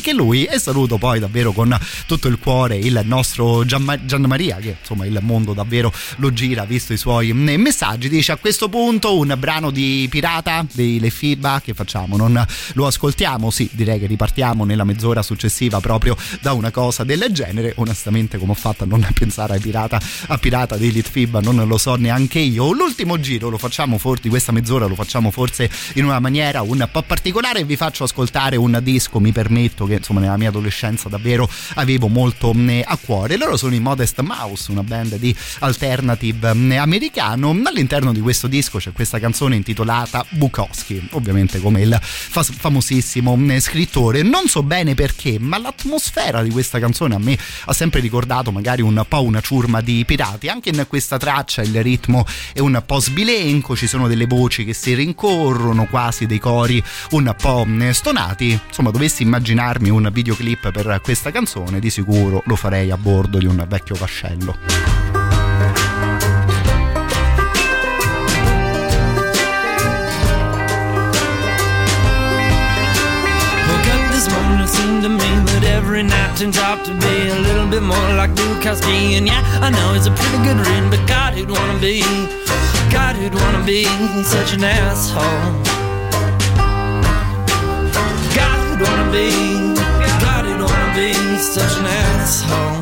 anche lui, e saluto poi davvero con tutto il cuore il nostro Gian, Gian Maria, che insomma il mondo davvero lo gira visto i suoi messaggi. Dice: a questo punto un brano di Pirata dei Le Fiba, che facciamo? Non lo ascoltiamo? Sì, direi che ripartiamo nella mezz'ora successiva proprio da una cosa del genere. Onestamente, come ho fatto a non pensare ai Pirata, a Pirata dei Litfiba, non lo so neanche io. L'ultimo giro lo facciamo forse di questa mezz'ora, lo facciamo forse in una maniera un po' particolare, e vi faccio ascoltare un disco, mi permetto, che insomma nella mia adolescenza davvero avevo molto a cuore. Loro sono i Modest Mouse, una band di alternative americano. All'interno di questo disco c'è questa canzone intitolata Bukowski, ovviamente come il fa- famosissimo scrittore. Non so bene perché, ma l'atmosfera di questa canzone a me ha sempre ricordato magari un po' una ciurma di Pirati. Anche in questa traccia il ritmo è un po' sbilenco, ci sono delle voci che si rincorrono, quasi dei cori un po' stonati. Insomma, dovessi immaginarmi un videoclip per questa canzone, di sicuro lo farei a bordo di un vecchio vascello. It seemed to me that every night turns out to be a little bit more like Bukowski. And yeah, I know he's a pretty good read, but God, who'd wanna be, God, who'd wanna be such an asshole. God, who'd wanna be, God, who'd wanna be such an asshole.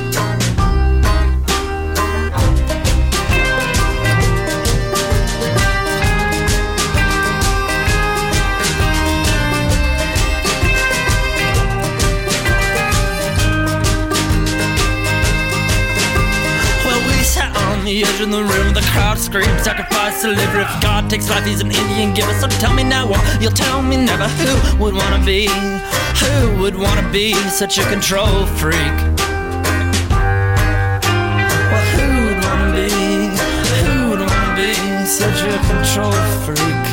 On the edge of the room, the crowd screams, sacrifice, deliver. If God takes life, he's an Indian giver. So tell me now, what you'll tell me never. Who would wanna be, who would wanna be such a control freak? Well, who would wanna be, who would wanna be such a control freak?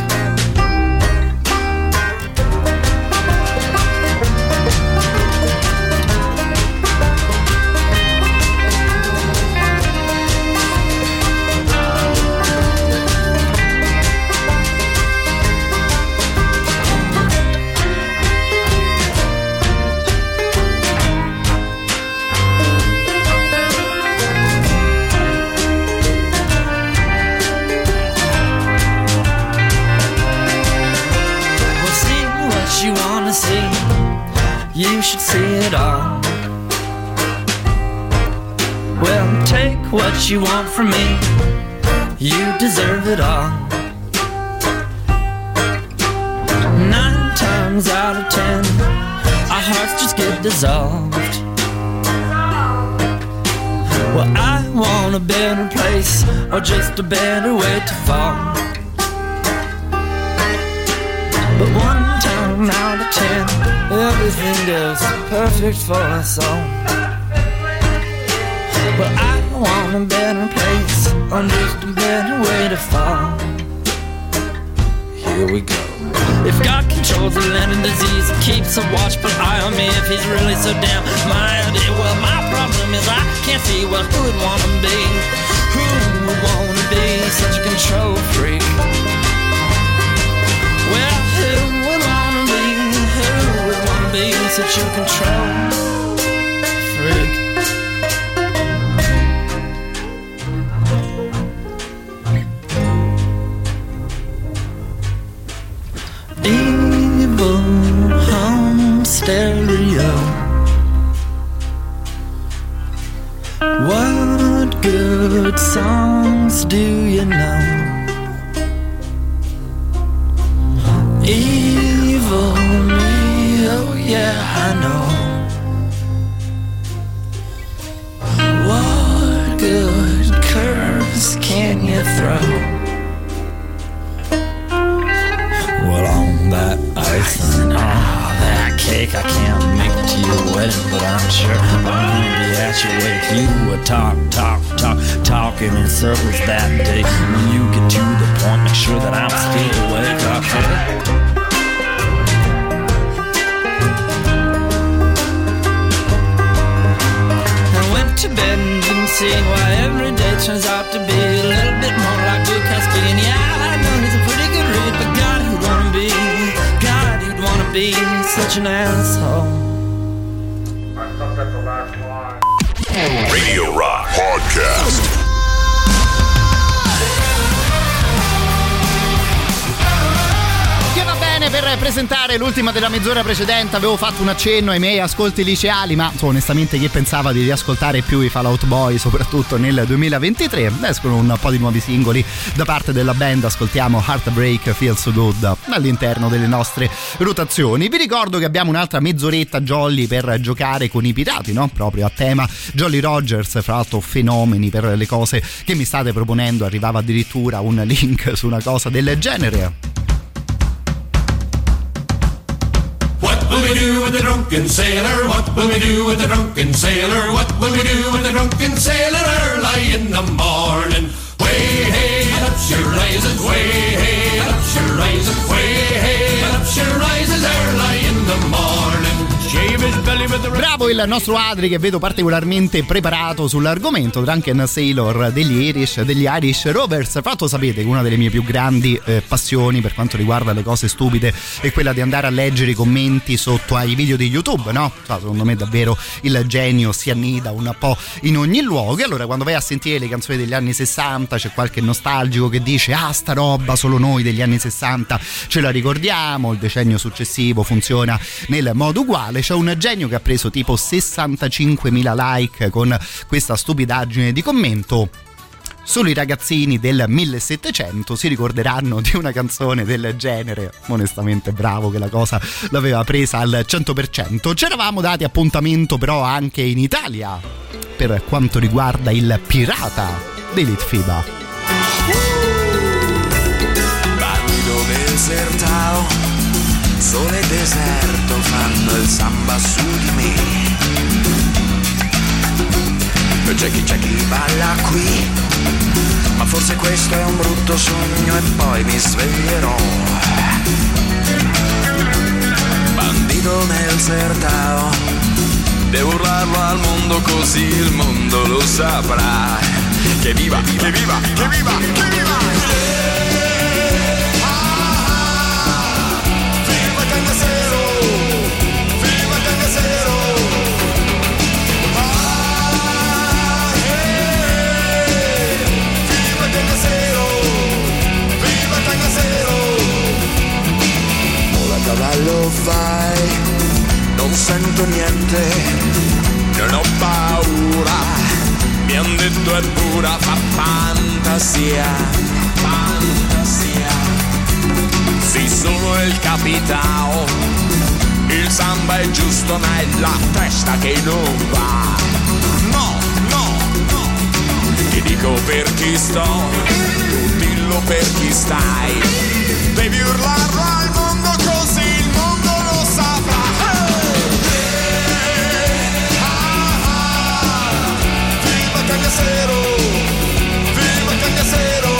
You should see it all. Well, take what you want from me. You deserve it all. Nine times out of ten, our hearts just get dissolved. Well, I want a better place, or just a better way to fall. But one time out of ten, everything goes perfect for us all. Well, I want a better place, or just a better way to fall. Here we go. If God controls the land and disease, keeps a watchful eye on me, if he's really so damn mighty, well, my problem is I can't see, well, who would want to be? Who would want to be such a control freak? Well, who would wanna be, who would wanna be such a control freak? Evil home stereo. What good songs do you know? Evil me, oh yeah, I know. What good curves can you throw? Well, on that ice and all that cake, I can't make it to your wedding, but I'm sure I'm gonna be at your wake. You would talk, talk, talk, talking in circles that day. When you get to the point, make sure that I'm still awake. Okay? To bed and didn't see why every day turns out to be a little bit more like Bukowski. And yeah, I know he's a pretty good read, but God, who'd wanna be, God, who'd wanna be such an asshole. Radio Rock Podcast. Per presentare l'ultima della mezz'ora precedente avevo fatto un accenno ai miei ascolti liceali, ma so, onestamente chi pensava di riascoltare più i Fall Out Boy, soprattutto nel duemilaventitré. Escono un po' di nuovi singoli da parte della band, ascoltiamo Heartbreak Feels So Good all'interno delle nostre rotazioni. Vi ricordo che abbiamo un'altra mezz'oretta jolly per giocare con i pirati, no? Proprio a tema Jolly Rogers, fra l'altro fenomeni per le cose che mi state proponendo, arrivava addirittura un link su una cosa del genere. What will we do with the drunken sailor? What will we do with the drunken sailor? What will we do with the drunken sailor early in the morning? Way hey, and up she rises, way hey, and up she rises, way hey, and up she rises early in the morning. Bravo il nostro Adri, che vedo particolarmente preparato sull'argomento. Drunken Sailor degli Irish, degli Irish Rovers. Fatto, sapete che una delle mie più grandi eh, passioni per quanto riguarda le cose stupide è quella di andare a leggere i commenti sotto ai video di YouTube, no? Cioè, secondo me davvero il genio si annida un po' in ogni luogo. E allora quando vai a sentire le canzoni degli anni sessanta c'è qualche nostalgico che dice: ah, sta roba solo noi degli anni sessanta ce la ricordiamo, il decennio successivo funziona nel modo uguale. C'è un genio che ha preso tipo sessantacinquemila like con questa stupidaggine di commento. Solo i ragazzini del millesettecento si ricorderanno di una canzone del genere. Onestamente bravo, che la cosa l'aveva presa al cento per cento. Ci eravamo dati appuntamento però anche in Italia per quanto riguarda il pirata dei Litfiba. Bandido desertao, sole e deserto fanno il samba su di me. C'è chi, c'è chi balla qui, ma forse questo è un brutto sogno e poi mi sveglierò. Bandito nel sertao, devo urlarlo al mondo così il mondo lo saprà. Che viva, che viva, che viva, che viva! Cavallo vai, non sento niente, non ho paura, mi han detto è pura, fa fantasia, fantasia. Sì, sono il capitao, il samba è giusto ma è la testa che non va. No, no, no, ti dico per chi sto, tu dillo per chi stai, devi urlarlo al mondo così il mondo lo saprà. Viva Cagnacero, viva Cagnacero.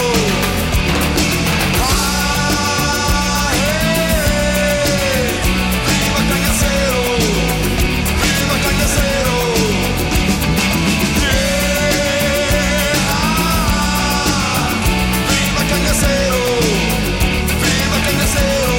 Viva Cagnacero, viva Cagnacero. Viva Cagnacero, viva Cagnacero.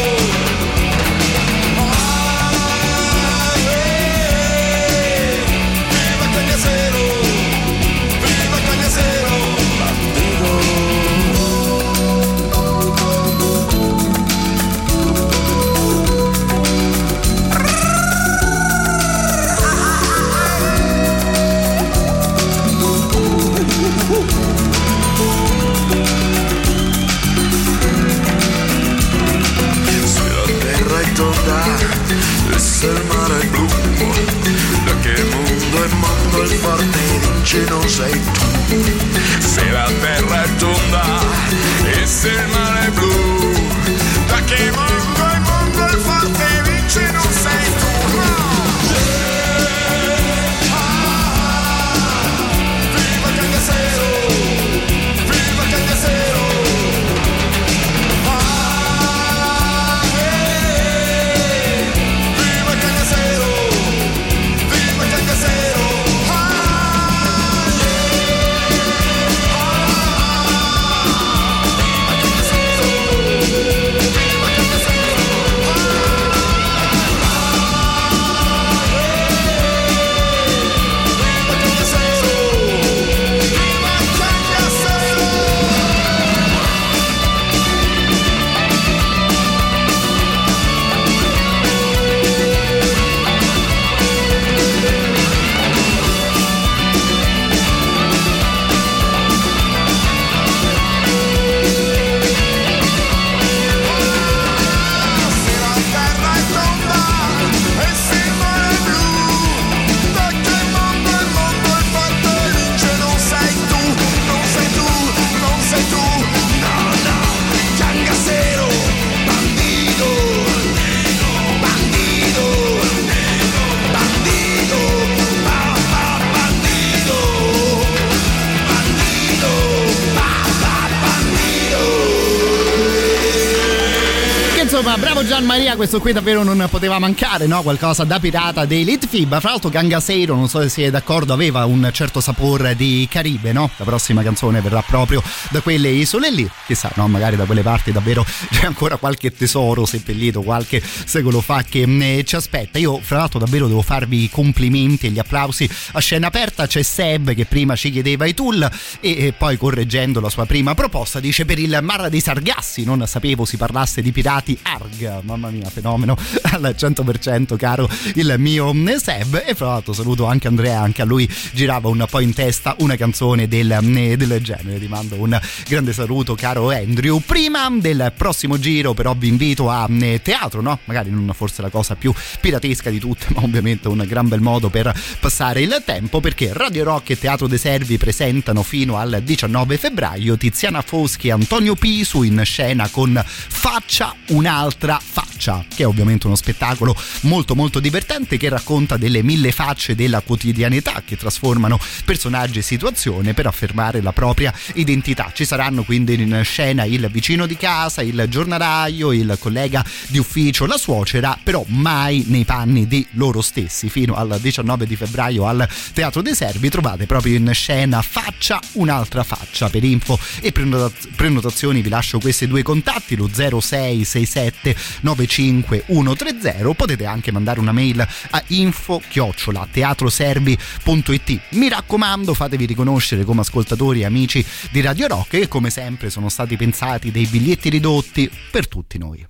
E se il mare è blu, da che mondo è mondo il forte vince non sei tu. Se la terra è tonda e se il mare è blu, da che mondo è mondo il forte vince non sei tu. Viva Cagnacero, viva Cagnacero. insomma, bravo Gian Maria, questo qui davvero non poteva mancare, no? Qualcosa da pirata dei Litfiba. Fra l'altro Gangaseiro, non so se siete d'accordo, aveva un certo sapore di Caribe, no? La prossima canzone verrà proprio da quelle isole lì, chissà, no? Magari da quelle parti davvero c'è ancora qualche tesoro seppellito qualche secolo fa che ne ci aspetta. Io fra l'altro davvero devo farvi i complimenti e gli applausi. A scena aperta c'è Seb che prima ci chiedeva i Tool e poi, correggendo la sua prima proposta, dice: per il Mar dei Sargassi non sapevo si parlasse di pirati. Arg, mamma mia, fenomeno al cento per cento, caro il mio Seb. E fra l'altro saluto anche Andrea, anche a lui girava un po' in testa una canzone del, del genere. Ti mando un grande saluto, caro Andrew. Prima del prossimo giro però vi invito a teatro, no? Magari non forse la cosa più piratesca di tutte, ma ovviamente un gran bel modo per passare il tempo, perché Radio Rock e Teatro dei Servi presentano fino al diciannove febbraio Tiziana Foschi e Antonio Pisu in scena con Faccia un'altra faccia, che è ovviamente uno spettacolo molto molto divertente che racconta delle mille facce della quotidianità che trasformano personaggi e situazioni per affermare la propria identità. Ci saranno quindi in scena il vicino di casa, il giornalaio, il collega di ufficio, la suocera, però mai nei panni di loro stessi. Fino al diciannove di febbraio al Teatro dei Servi trovate proprio in scena Faccia un'altra faccia. Per info e prenotazioni vi lascio questi due contatti, lo zero sei sei sette nove cinque uno tre zero. Potete anche mandare una mail a info chiocciola teatroservi punto it. Mi raccomando, fatevi riconoscere come ascoltatori e amici di Radio Rock, che come sempre sono stati pensati dei biglietti ridotti per tutti noi.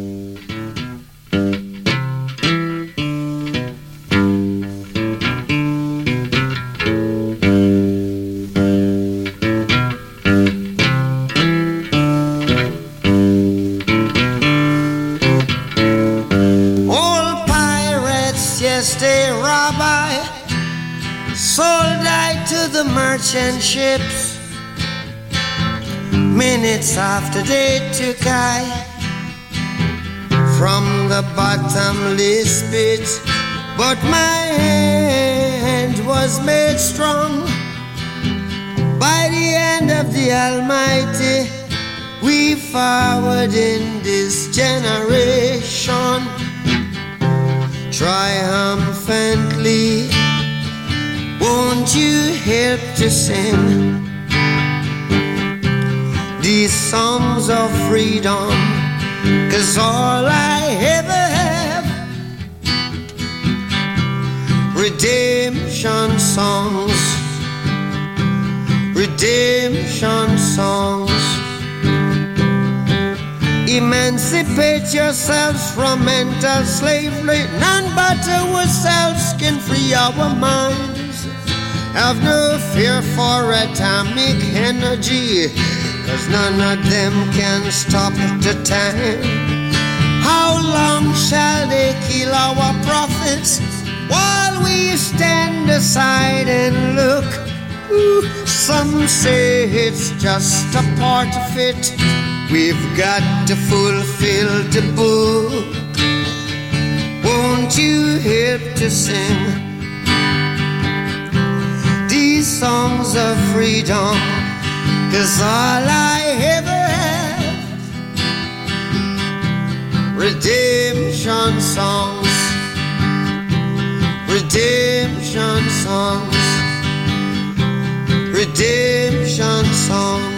Sold I to the merchant ships. Minutes after they took I from the bottomless pit, but my hand was made strong by the hand of the Almighty. We forward in this generation triumphantly. Won't you help to sing these songs of freedom? 'Cause all I ever have, redemption songs, redemption songs. Emancipate yourselves from mental slavery. None but ourselves can free our minds. Have no fear for atomic energy, 'cause none of them can stop the time. How long shall they kill our prophets while we stand aside and look? Ooh, some say it's just a part of it. We've got to fulfill the book. Won't you help to sing songs of freedom? 'Cause all I ever have, redemption songs, redemption songs, redemption songs.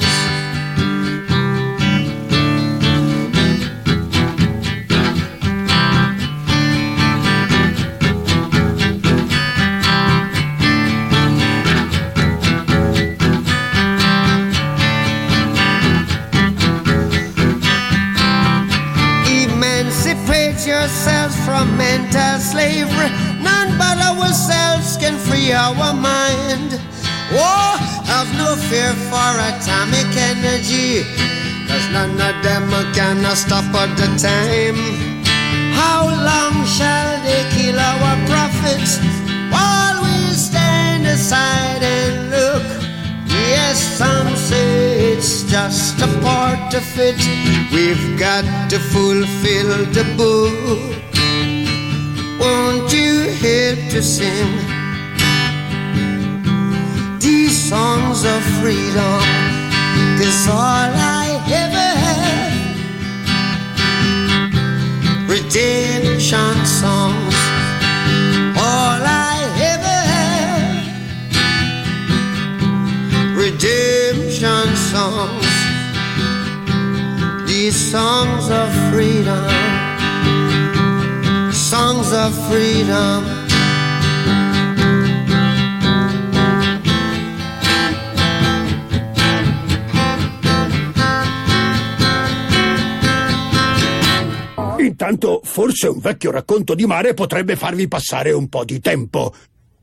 Yourselves from mental slavery. None but ourselves can free our mind. Oh, have no fear for atomic energy, 'cause none of them can stop at the time. How long shall they kill our prophets while we stand aside and look? Yes, some say it's just a part of it. We've got to fulfill the book. Won't you help to sing these songs of freedom? 'Cause all I ever have, songs, these songs of freedom, songs of freedom. Intanto, forse un vecchio racconto di mare potrebbe farvi passare un po' di tempo.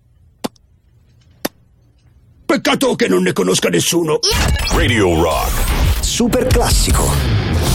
Peccato che non ne conosca nessuno. Radio Rock. Super classico.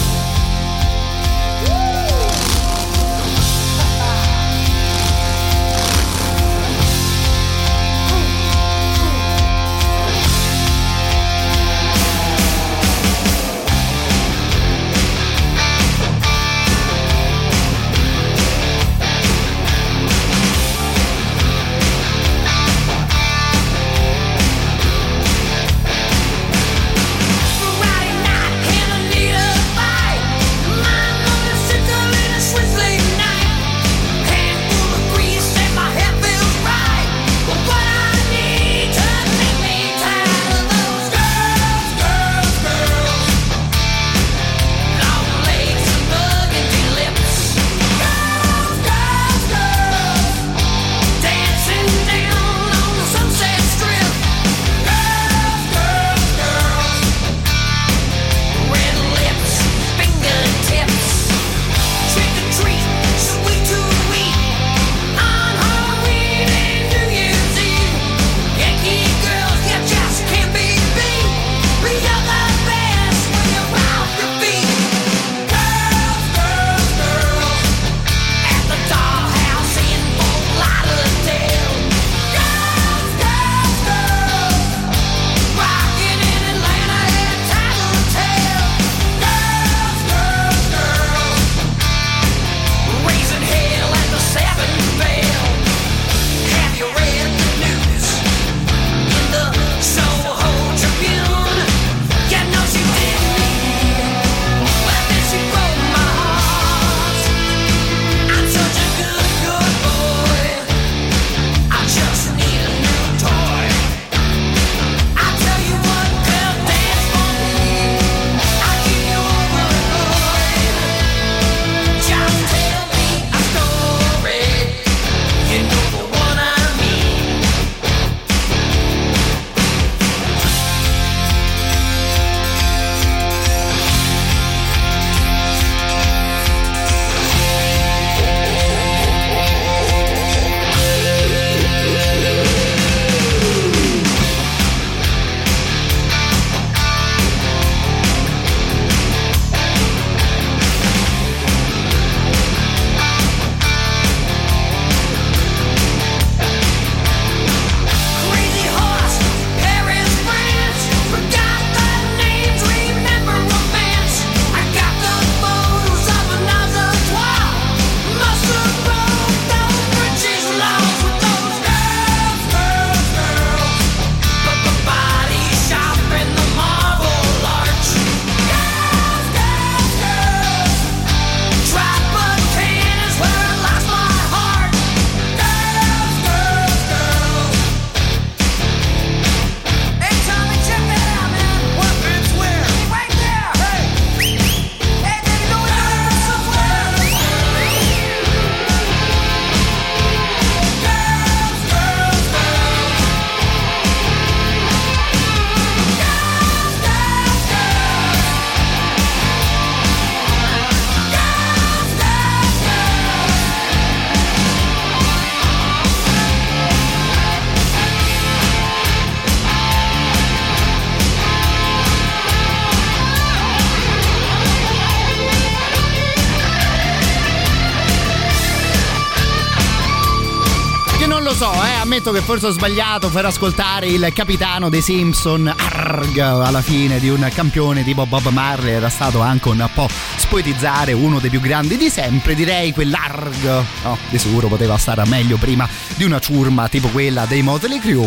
Ammetto che forse ho sbagliato per ascoltare il capitano dei Simpson, arg, alla fine di un campione tipo Bob Marley. Era stato anche un po' spoetizzare uno dei più grandi di sempre, direi quell'arg, no, di sicuro poteva stare meglio prima di una ciurma tipo quella dei Motley Crue.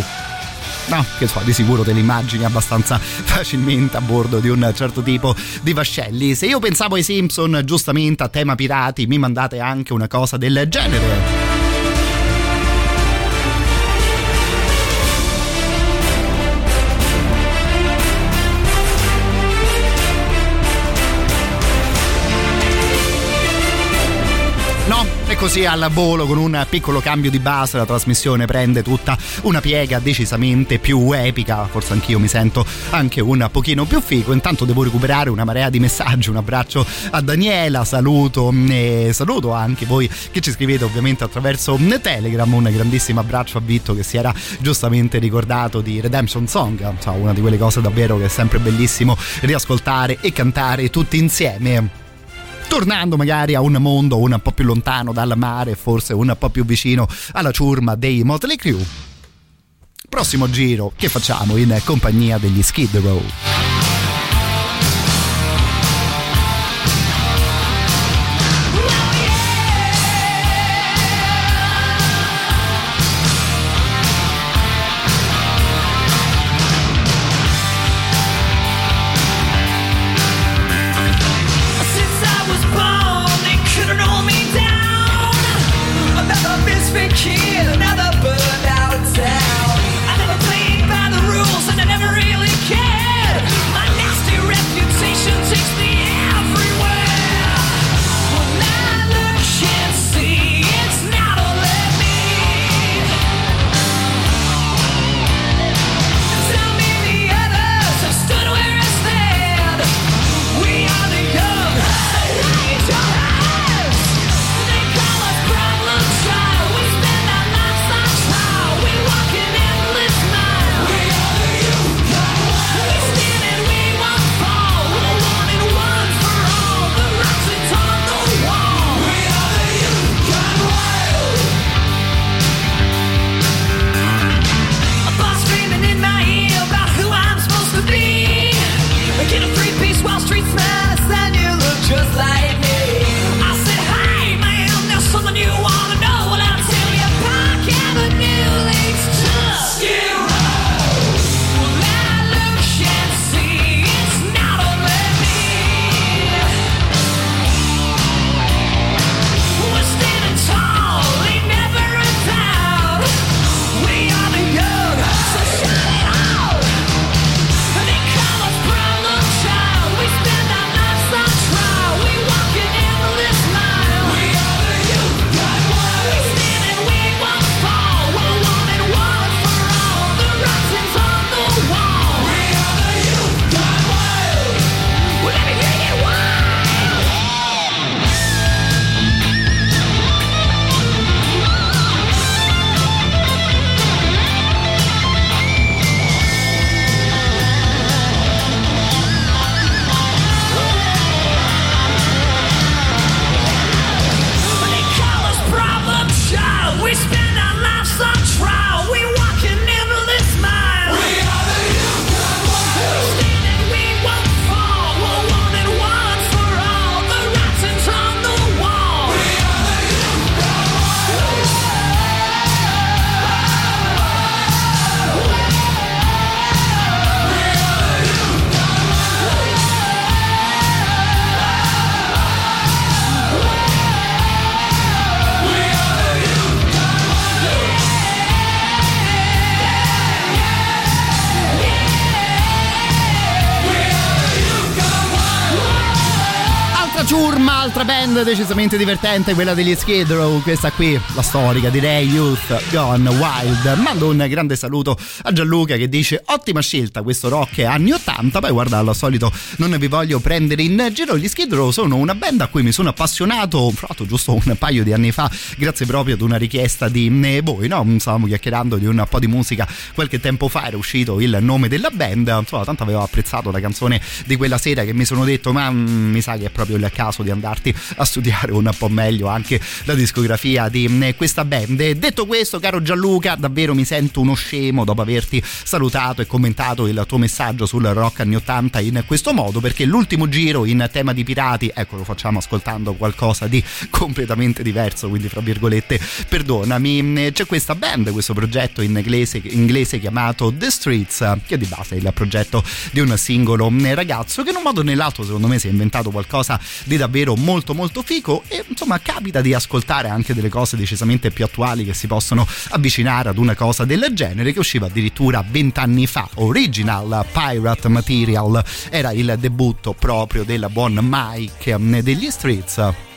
No, che so, di sicuro te le immagini abbastanza facilmente a bordo di un certo tipo di vascelli. Se io pensavo ai Simpson giustamente a tema pirati, mi mandate anche una cosa del genere. così al volo, con un piccolo cambio di base, la trasmissione prende tutta una piega decisamente più epica. Forse anch'io mi sento anche un pochino più figo. Intanto devo recuperare una marea di messaggi. Un abbraccio a Daniela, saluto e saluto anche voi che ci scrivete ovviamente attraverso Telegram. Un grandissimo abbraccio a Vitto che si era giustamente ricordato di Redemption Song, insomma, una di quelle cose davvero che è sempre bellissimo riascoltare e cantare tutti insieme, tornando magari a un mondo un po' più lontano dal mare, forse un po' più vicino alla ciurma dei Motley Crue. Prossimo giro che facciamo in compagnia degli Skid Row. Kid, another burned out town. I never played by the rules and I never really cared. My nasty reputation takes me everywhere. When I look and see, it's not all at me. Tell me the others have stood where I stand. We are the young, raise your hands. They call us problem child. We spend our lives on trial. We walk an endless mile. We are the youth. We stand and we won't fall. We're one and one for all. The writing's on the wall. We are the youth gone wild. A boss screaming in my ear about who I'm supposed to be. Get a three-piece Wall Street smile, son, you look just like me. I said, hey man, there's something you wanna know. Well, I'll tell you, Park Avenue leads to Skid Row. Well, I look and see, it's not only me. We're standing tall, ain't never a doubt. We are the young, so shout it out. They call us problem child. We spend our lives on trial. We walk an endless mile. We are the youth gone wild. We stand and we won't fall. We're one and one for all. The writing's on the wall. We are the youth gone wild. Well, let me hear you wild. They call us problem child. We spend our lives on trial. We walk an endless mile. We are the youth gone wild. We stand and we won't fall. We're one and one for all. The writing's on the wall. We are the youth gone wild. Altra ciurma, altra band decisamente divertente, quella degli Skid Row. Questa qui, la storica, direi, Youth Gone Wild. Mando un grande saluto a Gianluca che dice: ottima scelta questo rock anni ottanta. Poi guarda, al solito non vi voglio prendere in giro. Gli Skid Row sono una band a cui mi sono appassionato proprio giusto un paio di anni fa, grazie proprio ad una richiesta di voi, no? Stavamo chiacchierando di un po' di musica qualche tempo fa, era uscito il nome della band, insomma, tanto avevo apprezzato la canzone di quella sera che mi sono detto: ma mm, mi sa che è proprio il caso di andarti a studiare un po' meglio anche la discografia di questa band. E detto questo, caro Gianluca, davvero mi sento uno scemo dopo averti salutato e commentato il tuo messaggio sul rock anni ottanta in questo modo, perché l'ultimo giro in tema di pirati, ecco, lo facciamo ascoltando qualcosa di completamente diverso, quindi fra virgolette perdonami. C'è questa band, questo progetto in inglese, inglese chiamato The Streets, che di base è il progetto di un singolo ragazzo che in un modo o nell'altro secondo me si è inventato qualcosa di davvero molto molto fico, e insomma capita di ascoltare anche delle cose decisamente più attuali che si possono avvicinare ad una cosa del genere, che usciva addirittura vent'anni fa. Original Pirate Material era il debutto proprio del buon Mike degli Streets.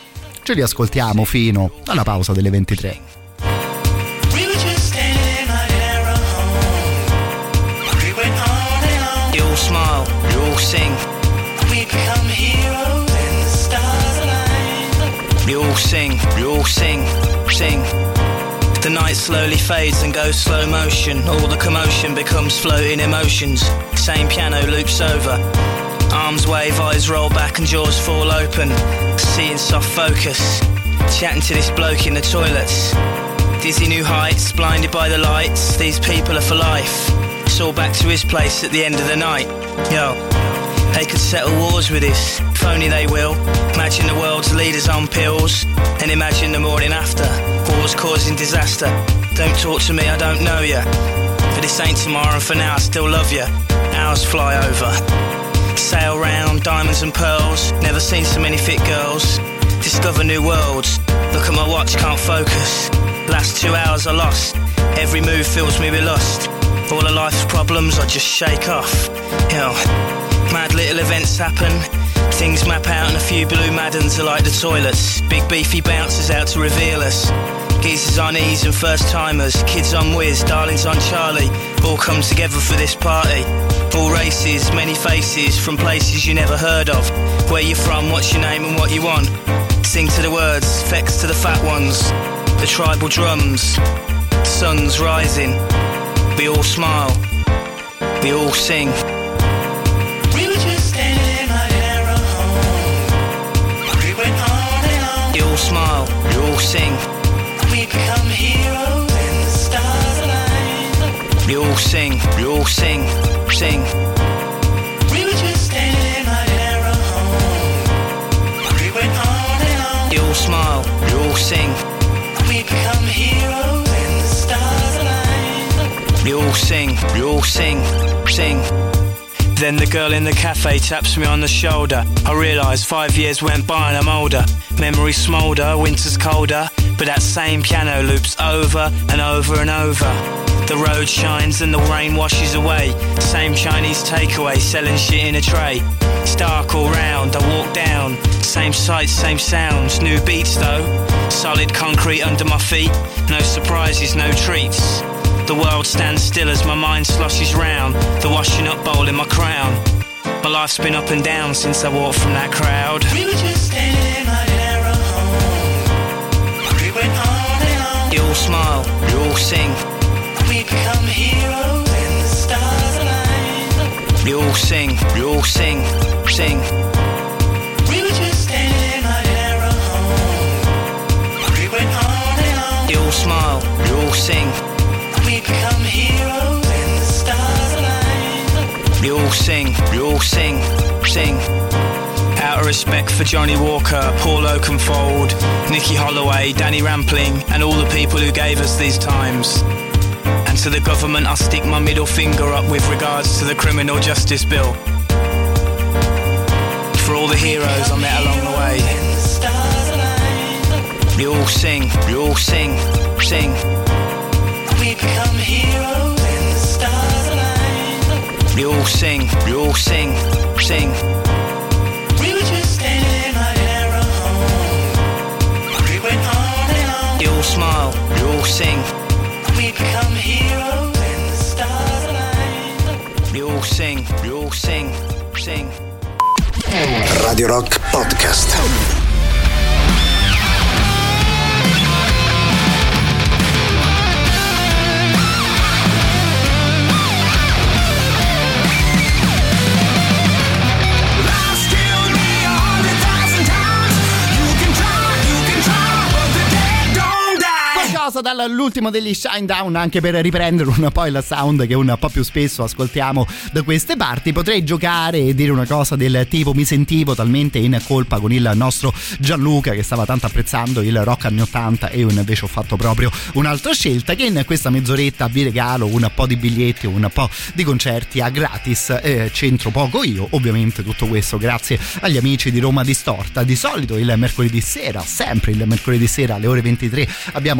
ce li ascoltiamo fino alla pausa delle ventitré. We were just standing right in our home. We went on and on. You all smile, you all sing. We become heroes and the stars align. You all sing, you all sing, sing. The night slowly fades and goes slow motion. All the commotion becomes floating emotions. Same piano loops over. Arms wave, eyes roll back and jaws fall open. Seeing soft focus. Chatting to this bloke in the toilets. Dizzy new heights, blinded by the lights. These people are for life. It's all back to his place at the end of the night. Yo, they could settle wars with this, if only they will. Imagine the world's leaders on pills, and imagine the morning after. Wars causing disaster. Don't talk to me, I don't know ya. But this ain't tomorrow, and for now I still love ya. Hours fly over. Sail round, diamonds and pearls. Never seen so many fit girls. Discover new worlds. Look at my watch, can't focus. Last two hours are lost. Every move fills me with lust. All of life's problems I just shake off. Yo, mad little events happen. Things map out and a few blue Maddens are like the toilets. Big beefy bouncers out to reveal us. Geezers on ease and first timers. Kids on whiz, darlings on Charlie. All come together for this party. All races, many faces, from places you never heard of. Where you from, what's your name and what you want. Sing to the words, effects to the fat ones. The tribal drums, sun's rising. We all smile, we all sing. We were just standing right in our home. We went on and on. You all smile, you all sing. We become heroes and the stars align. We all sing, we all sing, sing. We were just standing right in our home. We went on and on. You all smile, you all sing. We become heroes and the stars align. We all sing, we all sing, sing. Then the girl in the cafe taps me on the shoulder. I realise five years went by and I'm older. Memories smoulder, winter's colder. But that same piano loops over and over and over. The road shines and the rain washes away. Same Chinese takeaway selling shit in a tray. It's dark all round, I walk down. Same sights, same sounds, new beats though. Solid concrete under my feet. No surprises, no treats. The world stands still as my mind sloshes round. The washing up bowl in my crown. My life's been up and down since I walked from that crowd. We were just standing right in our home. We went on and on. You all smile, you all sing. We become heroes and the stars align. We all sing, we all sing, sing. We were just standing right in our home. We went on and on. You all smile, you all sing. We become heroes and the stars align. We all sing, we all sing, sing. Out of respect for Johnny Walker, Paul Oakenfold, Nicky Holloway, Danny Rampling, and all the people who gave us these times. And to the government I stick my middle finger up with regards to the criminal justice bill. For all the heroes I met along the way. We all sing, we all sing, sing. We become heroes and the stars align. We all sing, we all sing, sing. We were just standing right in our home. We went on and on. You all smile, you all sing. We become heroes and the stars align. We all sing, we all sing, sing. Radio Rock Podcast. Dall'ultimo degli Shinedown, anche per riprendere un po' il sound che un po' più spesso ascoltiamo da queste parti. Potrei giocare e dire una cosa del tipo: mi sentivo talmente in colpa con il nostro Gianluca che stava tanto apprezzando il rock anni ottanta, e io invece ho fatto proprio un'altra scelta, che in questa mezz'oretta vi regalo un po' di biglietti, un po' di concerti a gratis. eh, c'entro poco io, ovviamente tutto questo grazie agli amici di Roma Distorta. Di solito il mercoledì sera, sempre il mercoledì sera alle ore ventitré, abbiamo la rubrica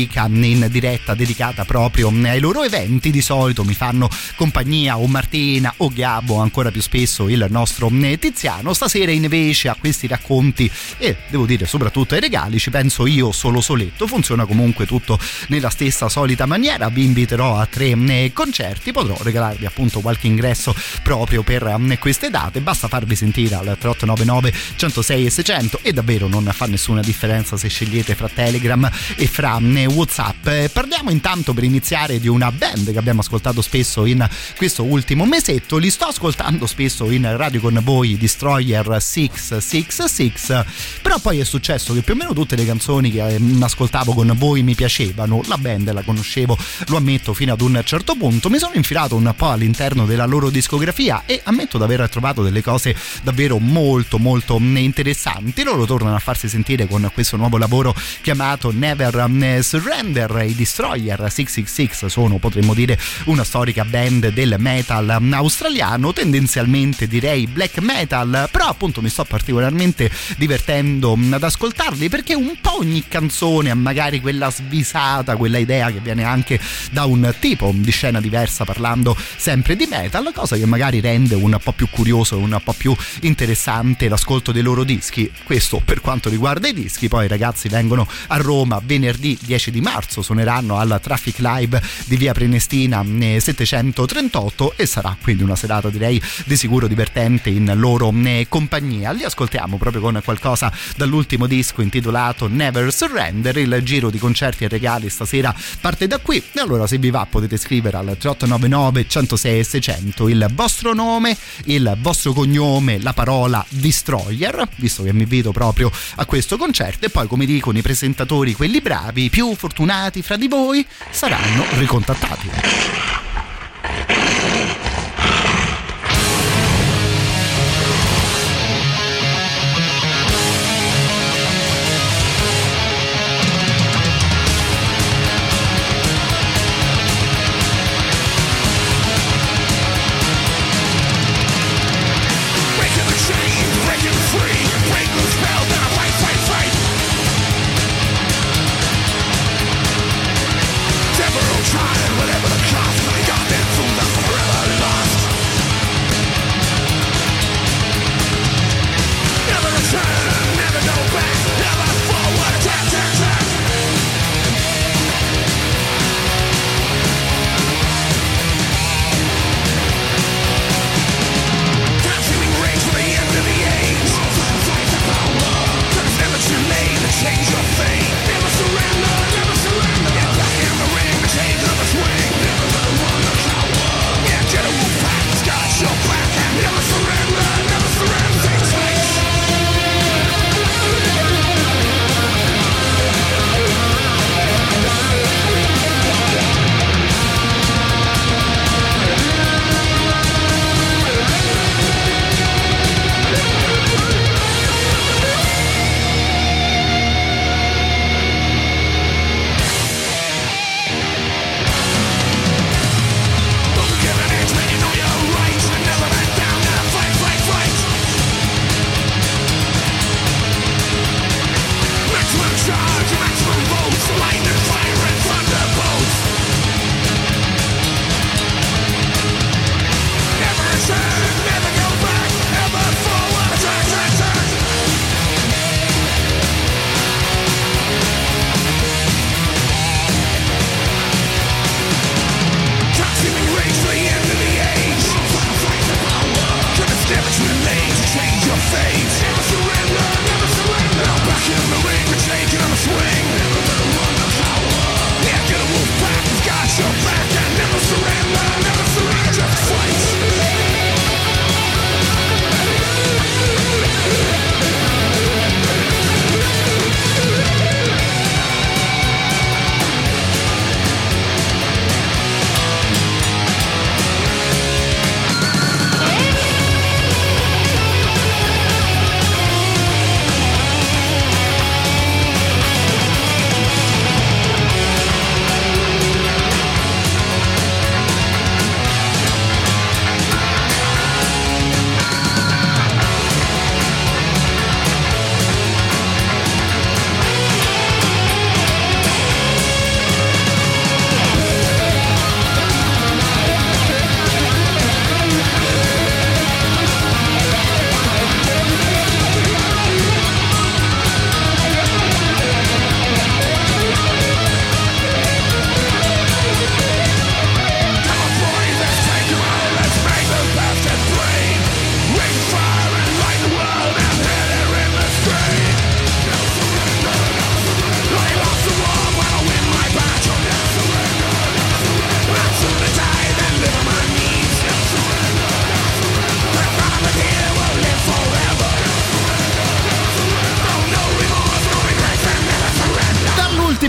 rubrica in diretta dedicata proprio ai loro eventi. Di solito mi fanno compagnia o Martina o Gabbo, ancora più spesso il nostro Tiziano. Stasera invece a questi racconti e devo dire soprattutto ai regali ci penso io solo soletto. Funziona comunque tutto nella stessa solita maniera. Vi inviterò a tre concerti, potrò regalarvi appunto qualche ingresso proprio per queste date. Basta farvi sentire al tre otto nove nove uno zero sei e seicento e davvero non fa nessuna differenza se scegliete fra Telegram e fra WhatsApp. Parliamo intanto per iniziare di una band che abbiamo ascoltato spesso in questo ultimo mesetto. Li sto ascoltando spesso in radio con voi, Destroyer sei sei sei, però poi è successo che più o meno tutte le canzoni che ascoltavo con voi mi piacevano. La band la conoscevo, lo ammetto, fino ad un certo punto. Mi sono infilato un po' all'interno della loro discografia e ammetto di aver trovato delle cose davvero molto molto interessanti. Loro tornano a farsi sentire con questo nuovo lavoro chiamato Never Surrender. I Destroyer sei sei sei sono, potremmo dire, una storica band del metal australiano, tendenzialmente direi black metal, però appunto mi sto particolarmente divertendo ad ascoltarli perché un po' ogni canzone ha magari quella svisata, quella idea che viene anche da un tipo di scena diversa, parlando sempre di metal, cosa che magari rende un po' più curioso e un po' più interessante l'ascolto dei loro dischi. Questo per quanto riguarda i dischi. Poi i ragazzi vengono a Roma venerdì dieci di marzo, suoneranno alla Traffic Live di via Prenestina settecentotrentotto e sarà quindi una serata direi di sicuro divertente in loro compagnia. Li ascoltiamo proprio con qualcosa dall'ultimo disco intitolato Never Surrender. Il giro di concerti e regali stasera parte da qui e allora se vi va potete scrivere al tre otto nove nove uno zero sei e seicento il vostro nome, il vostro cognome, la parola Destroyer, visto che mi invito proprio a questo concerto, e poi, come dicono i presentatori, quelli bravi, i più fortunati fra di voi saranno ricontattati. Whatever the cost.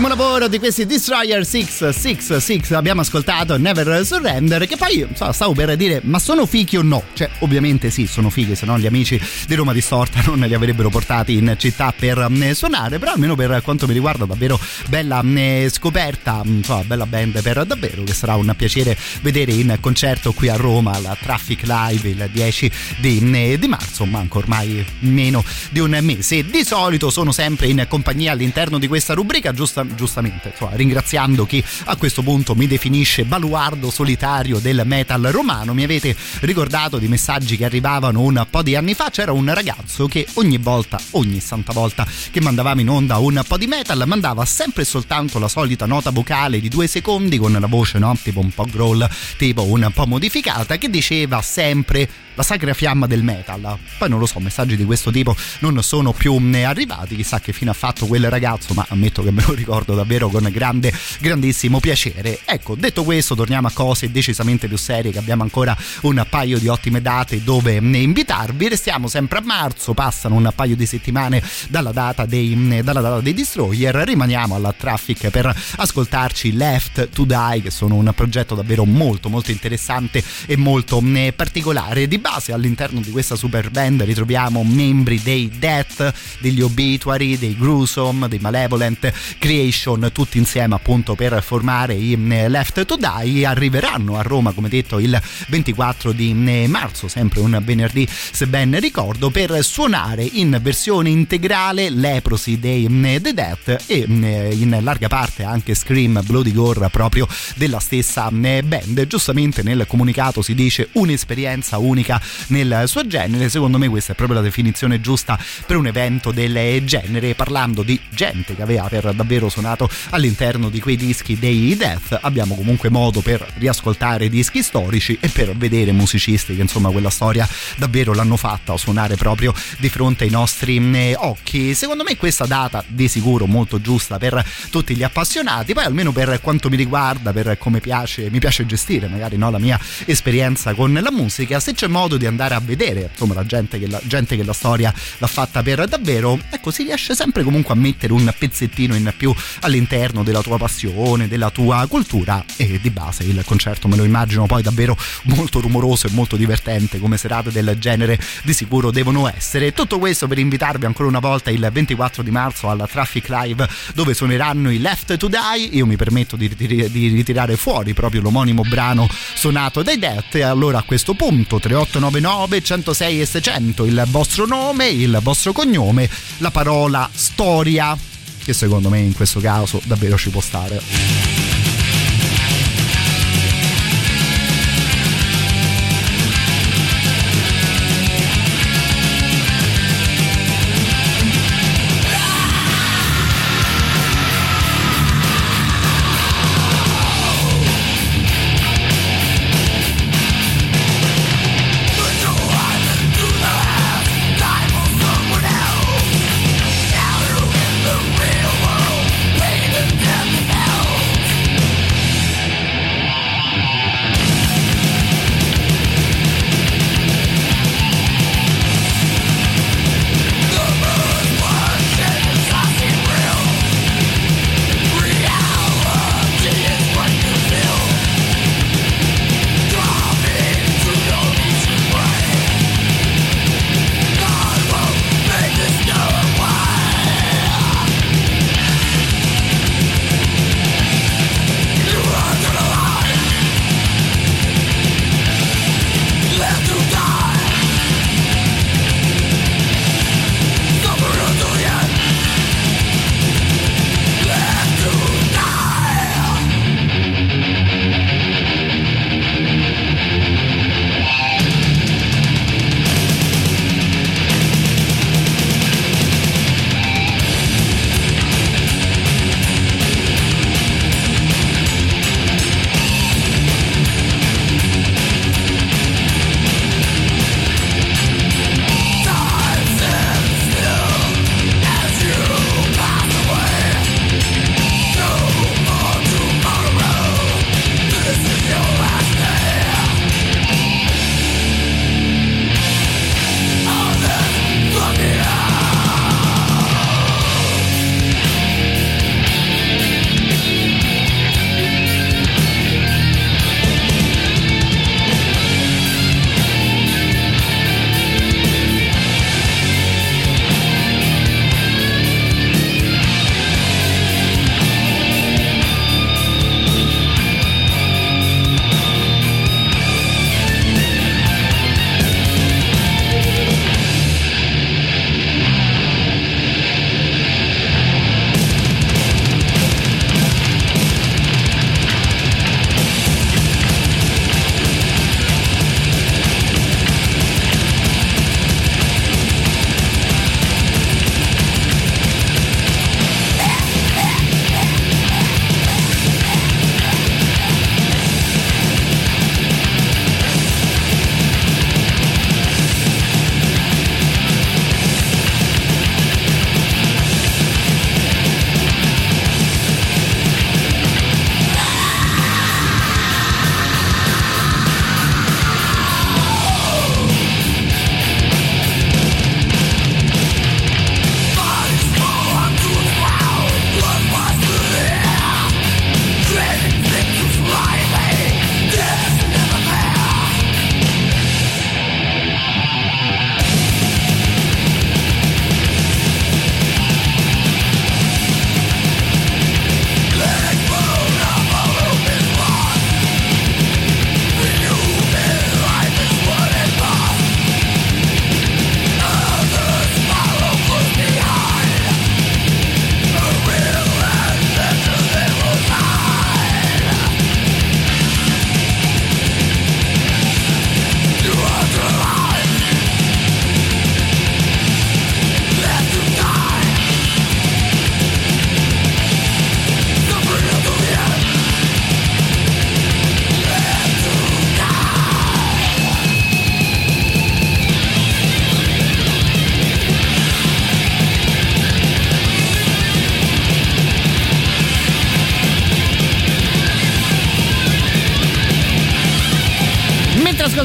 Grandissimo lavoro di questi Destroyer sei sei sei. Abbiamo ascoltato Never Surrender, che poi so, stavo per dire ma sono fichi o no? Cioè ovviamente sì, sono fighi, se no gli amici di Roma Distorta non li avrebbero portati in città per eh, suonare, però almeno per quanto mi riguarda davvero bella eh, scoperta, so, bella band per davvero, che sarà un piacere vedere in concerto qui a Roma alla Traffic Live il dieci di, eh, di marzo, manco ormai meno di un mese. Di solito sono sempre in compagnia all'interno di questa rubrica, giusta, giustamente insomma, ringraziando chi a questo punto mi definisce baluardo solitario del metal romano. Mi avete ricordato di messaggi che arrivavano un po' di anni fa. C'era un ragazzo che ogni volta, ogni santa volta che mandavamo in onda un po' di metal, mandava sempre e soltanto la solita nota vocale di due secondi con la voce, no? Tipo un po' growl, tipo un po' modificata, che diceva sempre la sacra fiamma del metal. Poi non lo so, messaggi di questo tipo non sono più arrivati, chissà che fine ha fatto quel ragazzo, ma ammetto che me lo ricordo davvero con grande, grandissimo piacere. Ecco, detto questo, torniamo a cose decisamente più serie, che abbiamo ancora un paio di ottime date dove invitarvi. Restiamo sempre a marzo, passano un paio di settimane dalla data dei, dalla data dei Destroyer, rimaniamo alla Traffic per ascoltarci Left to Die, che sono un progetto davvero molto molto interessante e molto particolare. Di base all'interno di questa super band ritroviamo membri dei Death, degli Obituary, dei Gruesome, dei Malevolent Creation, tutti insieme appunto per formare i Left to Die. Arriveranno a Roma, come detto, il ventiquattro di marzo, sempre un venerdì se ben ricordo, per suonare in versione integrale Leprosy dei The Death e in larga parte anche Scream Bloody Gore proprio della stessa band. Giustamente nel comunicato si dice un'esperienza unica nel suo genere. Secondo me questa è proprio la definizione giusta per un evento del genere, parlando di gente che aveva per davvero suonato all'interno di quei dischi dei Death. Abbiamo comunque modo per riascoltare dischi storici e per vedere musicisti che insomma quella storia davvero l'hanno fatta suonare proprio di fronte ai nostri occhi. Secondo me questa data di sicuro molto giusta per tutti gli appassionati. Poi almeno per quanto mi riguarda, per come piace mi piace gestire magari, no, la mia esperienza con la musica, se c'è modo di andare a vedere insomma la gente che la, gente che la storia l'ha fatta per davvero, ecco, si riesce sempre comunque a mettere un pezzettino in più all'interno della tua passione, della tua cultura. E di base il concerto me lo immagino poi davvero molto rumoroso e molto divertente, come serate del genere di sicuro devono essere. Tutto questo per invitarvi ancora una volta il ventiquattro di marzo alla Traffic Live, dove suoneranno i Left to Die. Io mi permetto di, ritir- di ritirare fuori proprio l'omonimo brano suonato dai Death, e allora a questo punto tre otto nove nove uno zero sei e seicento il vostro nome, il vostro cognome, la parola storia, che secondo me in questo caso davvero ci può stare. Pain and death and hell.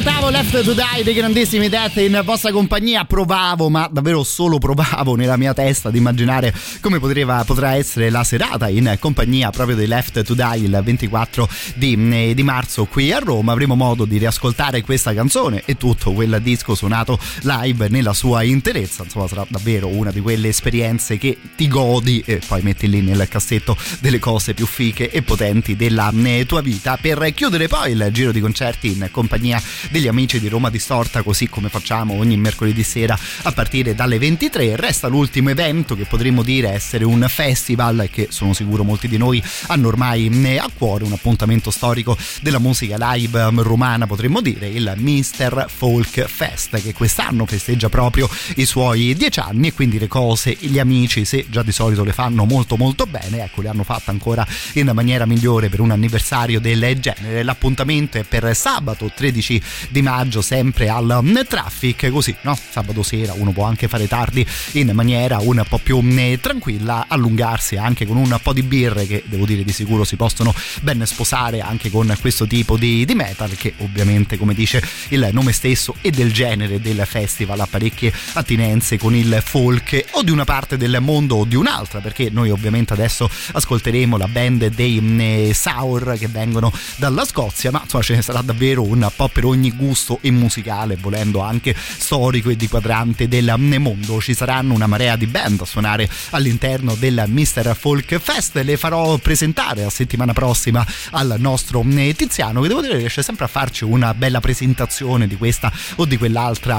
ascoltavo Left to Die dei grandissimi Death in vostra compagnia. Provavo, ma davvero solo provavo nella mia testa di immaginare come poteva, potrà essere la serata in compagnia proprio dei Left to Die il ventiquattro di, di marzo qui a Roma. Avremo modo di riascoltare questa canzone e tutto quel disco suonato live nella sua interezza. Insomma, sarà davvero una di quelle esperienze che ti godi e poi metti lì nel cassetto delle cose più fiche e potenti della tua vita. Per chiudere poi il giro di concerti in compagnia degli amici di Roma Distorta, così come facciamo ogni mercoledì sera a partire dalle ventitré, resta l'ultimo evento che potremmo dire essere un festival che sono sicuro molti di noi hanno ormai a cuore, un appuntamento storico della musica live romana, potremmo dire, il Mister Folk Fest, che quest'anno festeggia proprio i suoi dieci anni, e quindi le cose, gli amici, se già di solito le fanno molto molto bene, ecco, le hanno fatte ancora in maniera migliore per un anniversario del genere. L'appuntamento è per sabato tredici di maggio, sempre al Traffic, così, no? Sabato sera uno può anche fare tardi in maniera un po' più tranquilla, allungarsi anche con un po' di birre, che devo dire di sicuro si possono ben sposare anche con questo tipo di, di metal, che ovviamente, come dice il nome stesso e del genere del festival, ha parecchie attinenze con il folk o di una parte del mondo o di un'altra, perché noi ovviamente adesso ascolteremo la band dei Sour che vengono dalla Scozia, ma insomma ce ne sarà davvero un po' per ogni gusto e musicale, volendo anche storico e di quadrante del mondo. Ci saranno una marea di band a suonare all'interno del Mister Folk Fest, le farò presentare la settimana prossima al nostro Tiziano, che devo dire riesce sempre a farci una bella presentazione di questa o di quell'altra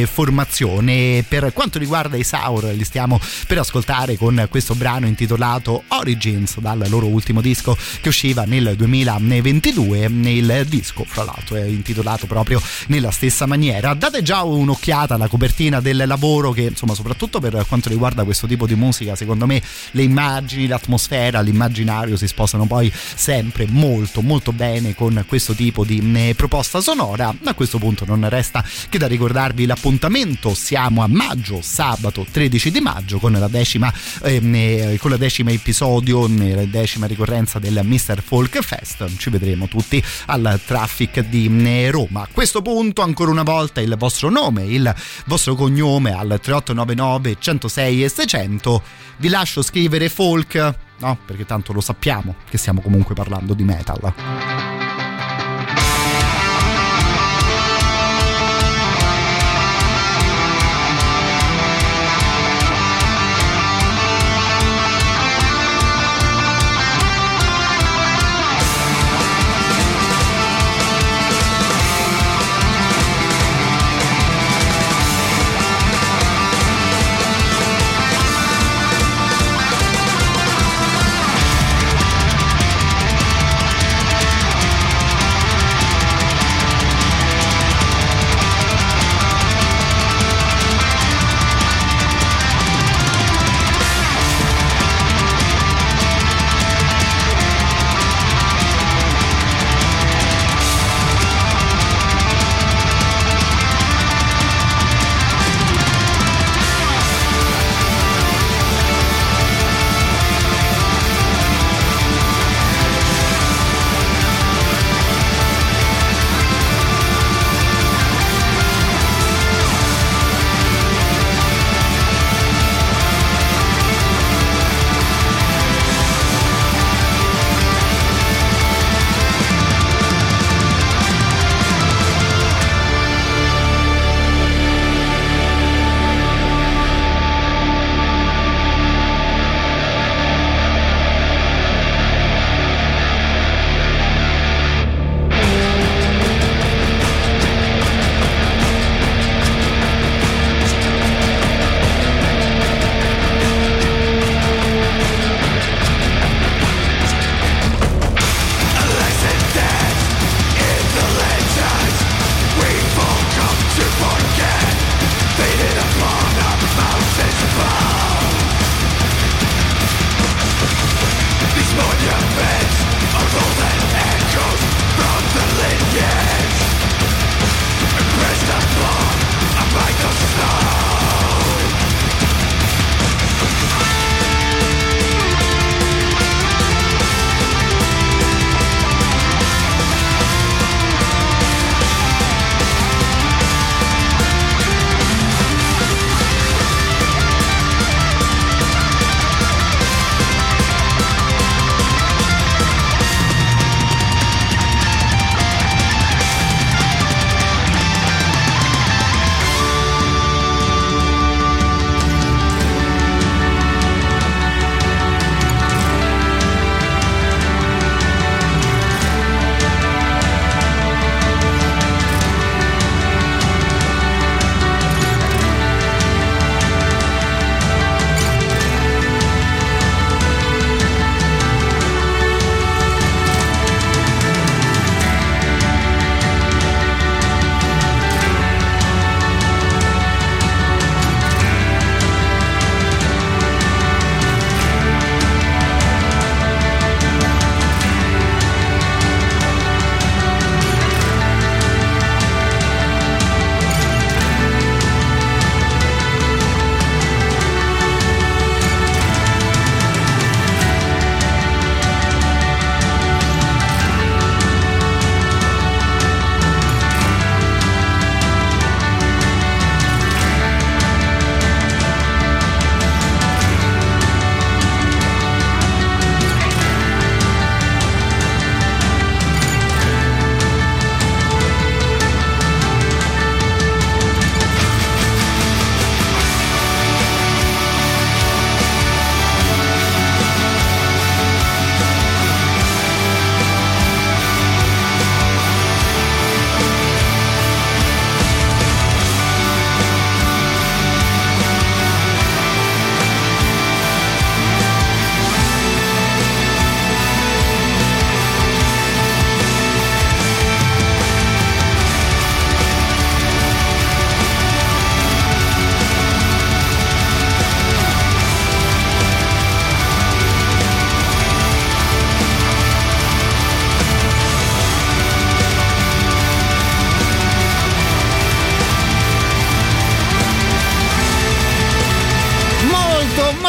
formazione. Per quanto riguarda i Sour, li stiamo per ascoltare con questo brano intitolato Origins, dal loro ultimo disco che usciva nel duemilaventidue. Il disco, fra l'altro, è intitolato proprio nella stessa maniera. Date già un'occhiata alla copertina del lavoro, che insomma, soprattutto per quanto riguarda questo tipo di musica, secondo me le immagini, l'atmosfera, l'immaginario si sposano poi sempre molto molto bene con questo tipo di proposta sonora. A questo punto non resta che da ricordarvi l'appuntamento: siamo a maggio, sabato tredici di maggio, con la decima eh, con la decima episodio, la decima ricorrenza del Mister Folk Fest. Ci vedremo tutti al Traffic di Roma. A questo punto, ancora una volta, il vostro nome, il vostro cognome al tre otto nove nove centosei e seicento. Vi lascio scrivere folk, no? Perché tanto lo sappiamo che stiamo comunque parlando di metal.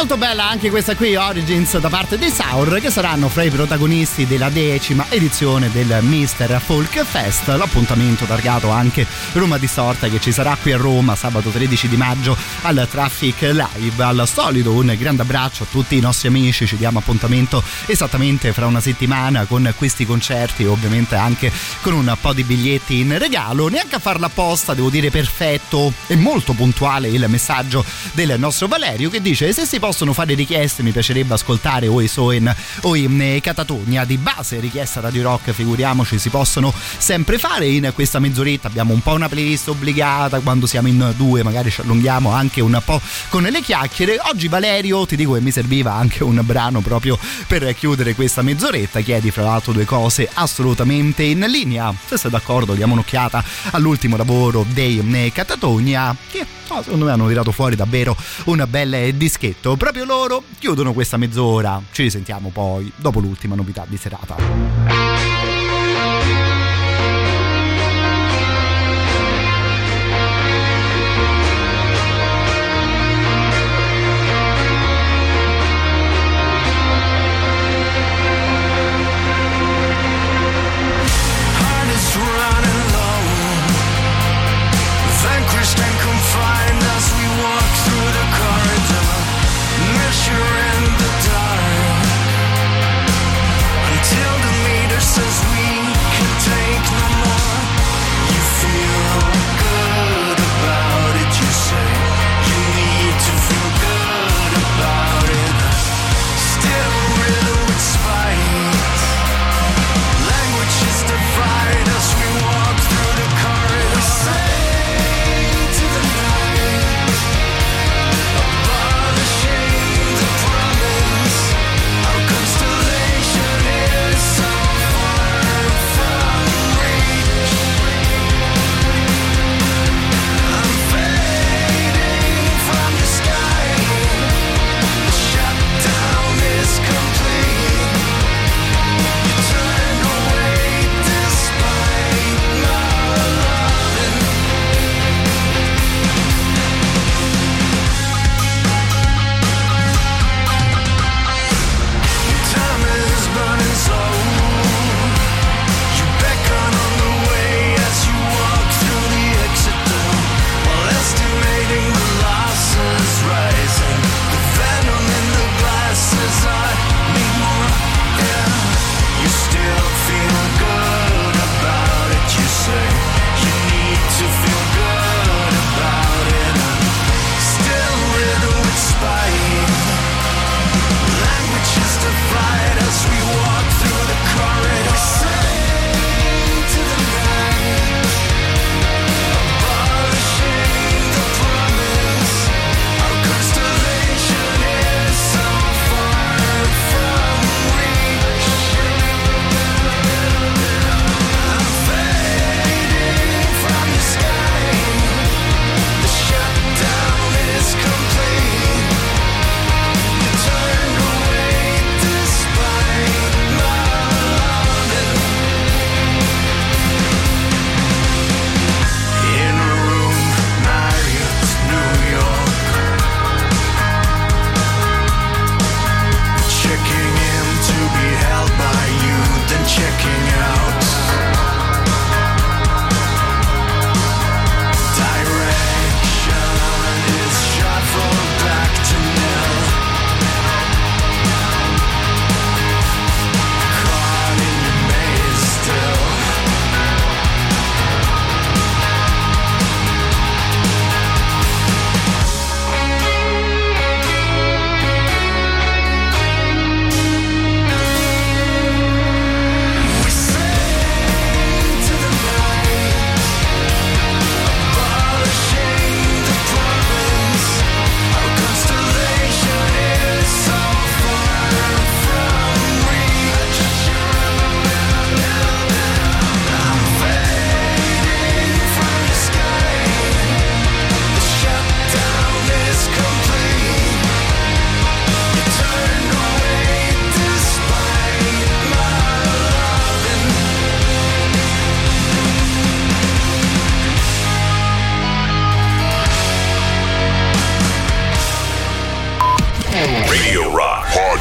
Molto bella anche questa qui, Origins, da parte dei Sour, che saranno fra i protagonisti della decima edizione del mister Folk Fest, l'appuntamento targato anche Roma Distorta, che ci sarà qui a Roma sabato tredici di maggio al Traffic Live. Al solito un grande abbraccio a tutti i nostri amici, ci diamo appuntamento esattamente fra una settimana con questi concerti, ovviamente anche con un po' di biglietti in regalo. Neanche a farla apposta, devo dire perfetto e molto puntuale il messaggio del nostro Valerio, che dice: se si possono fare richieste mi piacerebbe ascoltare o i Soen o i Catatonia. Di base richiesta Radio Rock, figuriamoci, si possono sempre fare. In questa mezz'oretta abbiamo un po' una playlist obbligata, quando siamo in due magari ci allunghiamo anche un po' con le chiacchiere. Oggi Valerio, ti dico che mi serviva anche un brano proprio per chiudere questa mezz'oretta. Chiedi fra l'altro due cose assolutamente in linea. Se sei d'accordo diamo un'occhiata all'ultimo lavoro dei Catatonia, che oh, secondo me hanno tirato fuori davvero un bel dischetto. Proprio loro chiudono questa mezz'ora. Ci risentiamo poi dopo l'ultima novità di serata. Until the meter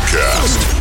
Podcast.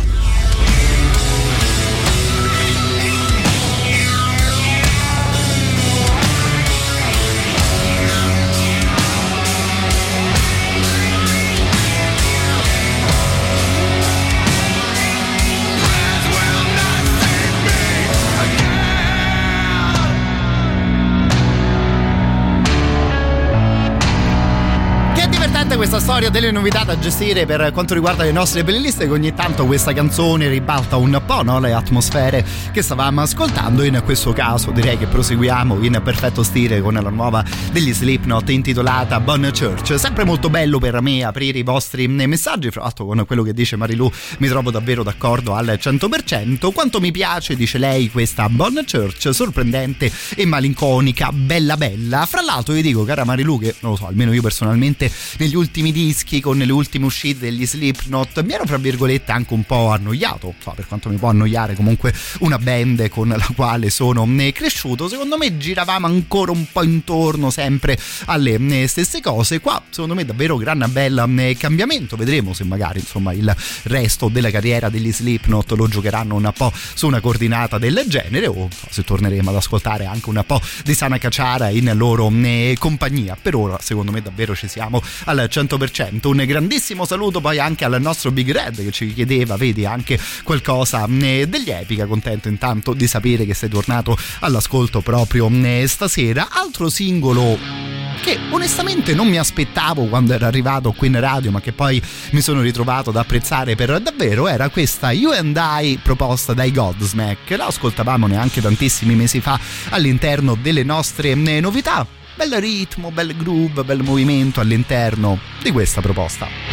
Questa storia delle novità da gestire per quanto riguarda le nostre playlist, che ogni tanto questa canzone ribalta un po', no? Le atmosfere che stavamo ascoltando. In questo caso direi che proseguiamo in perfetto stile con la nuova degli Slipknot intitolata Bon Church. Sempre molto bello per me aprire i vostri messaggi, fra l'altro con quello che dice Marilu mi trovo davvero d'accordo al cento per cento. Quanto mi piace, dice lei, questa Bon Church, sorprendente e malinconica, bella bella. Fra l'altro vi dico, cara Marilu, che non lo so, almeno io personalmente negli ultimi dischi, con le ultime uscite degli Slipknot, mi ero fra virgolette anche un po' annoiato, so, per quanto mi può annoiare comunque una band con la quale sono cresciuto. Secondo me giravamo ancora un po' intorno sempre alle stesse cose. Qua secondo me davvero gran bella cambiamento. Vedremo se magari insomma il resto della carriera degli Slipknot lo giocheranno un po' su una coordinata del genere, o se torneremo ad ascoltare anche un po' di Sana Cacciara in loro compagnia. Per ora secondo me davvero ci siamo al cento per cento. Un grandissimo saluto poi anche al nostro Big Red, che ci chiedeva, vedi, anche qualcosa degli Epica. Contento intanto di sapere che sei tornato all'ascolto proprio stasera. Altro singolo che onestamente non mi aspettavo quando era arrivato qui in radio, ma che poi mi sono ritrovato ad apprezzare per davvero, era questa You and I proposta dai Godsmack. La ascoltavamo neanche tantissimi mesi fa all'interno delle nostre novità. Bel ritmo, bel groove, bel movimento all'interno di questa proposta.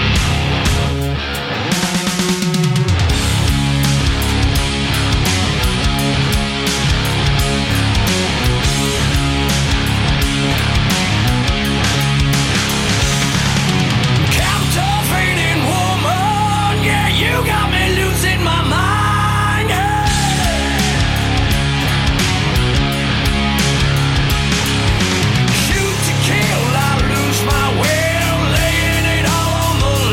Shoot to kill, I lose my will, laying it all on the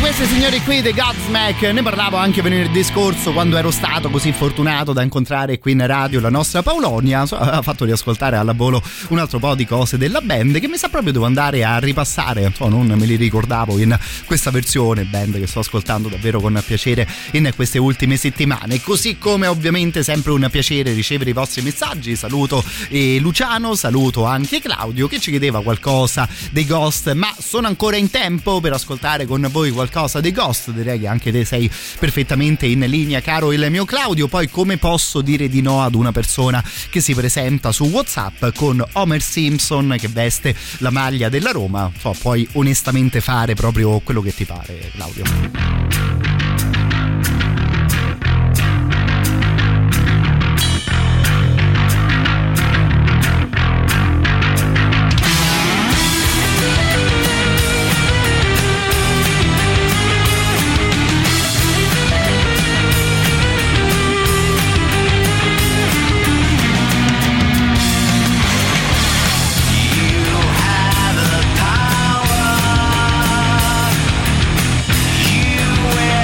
Questi signori qui dei Godsmack, ne parlavo anche venerdì scorso quando ero stato così fortunato da incontrare qui in radio la nostra Paulonia. Ha fatto riascoltare alla volo un altro po' di cose della band che mi sa proprio devo andare a ripassare, oh, non me li ricordavo in questa versione, band che sto ascoltando davvero con piacere in queste ultime settimane. Così come ovviamente sempre un piacere ricevere i vostri messaggi. Saluto eh, Luciano, saluto anche Claudio che ci chiedeva qualcosa dei Ghost, ma sono ancora in tempo per ascoltare con voi qualcosa dei Ghost? Direi che anche te sei perfettamente in linea, caro il mio Claudio. Poi come posso dire di no ad una persona che si presenta su WhatsApp con Homer Simpson che veste la maglia della Roma? So, puoi onestamente fare proprio quello che ti pare, Claudio. Power, you wear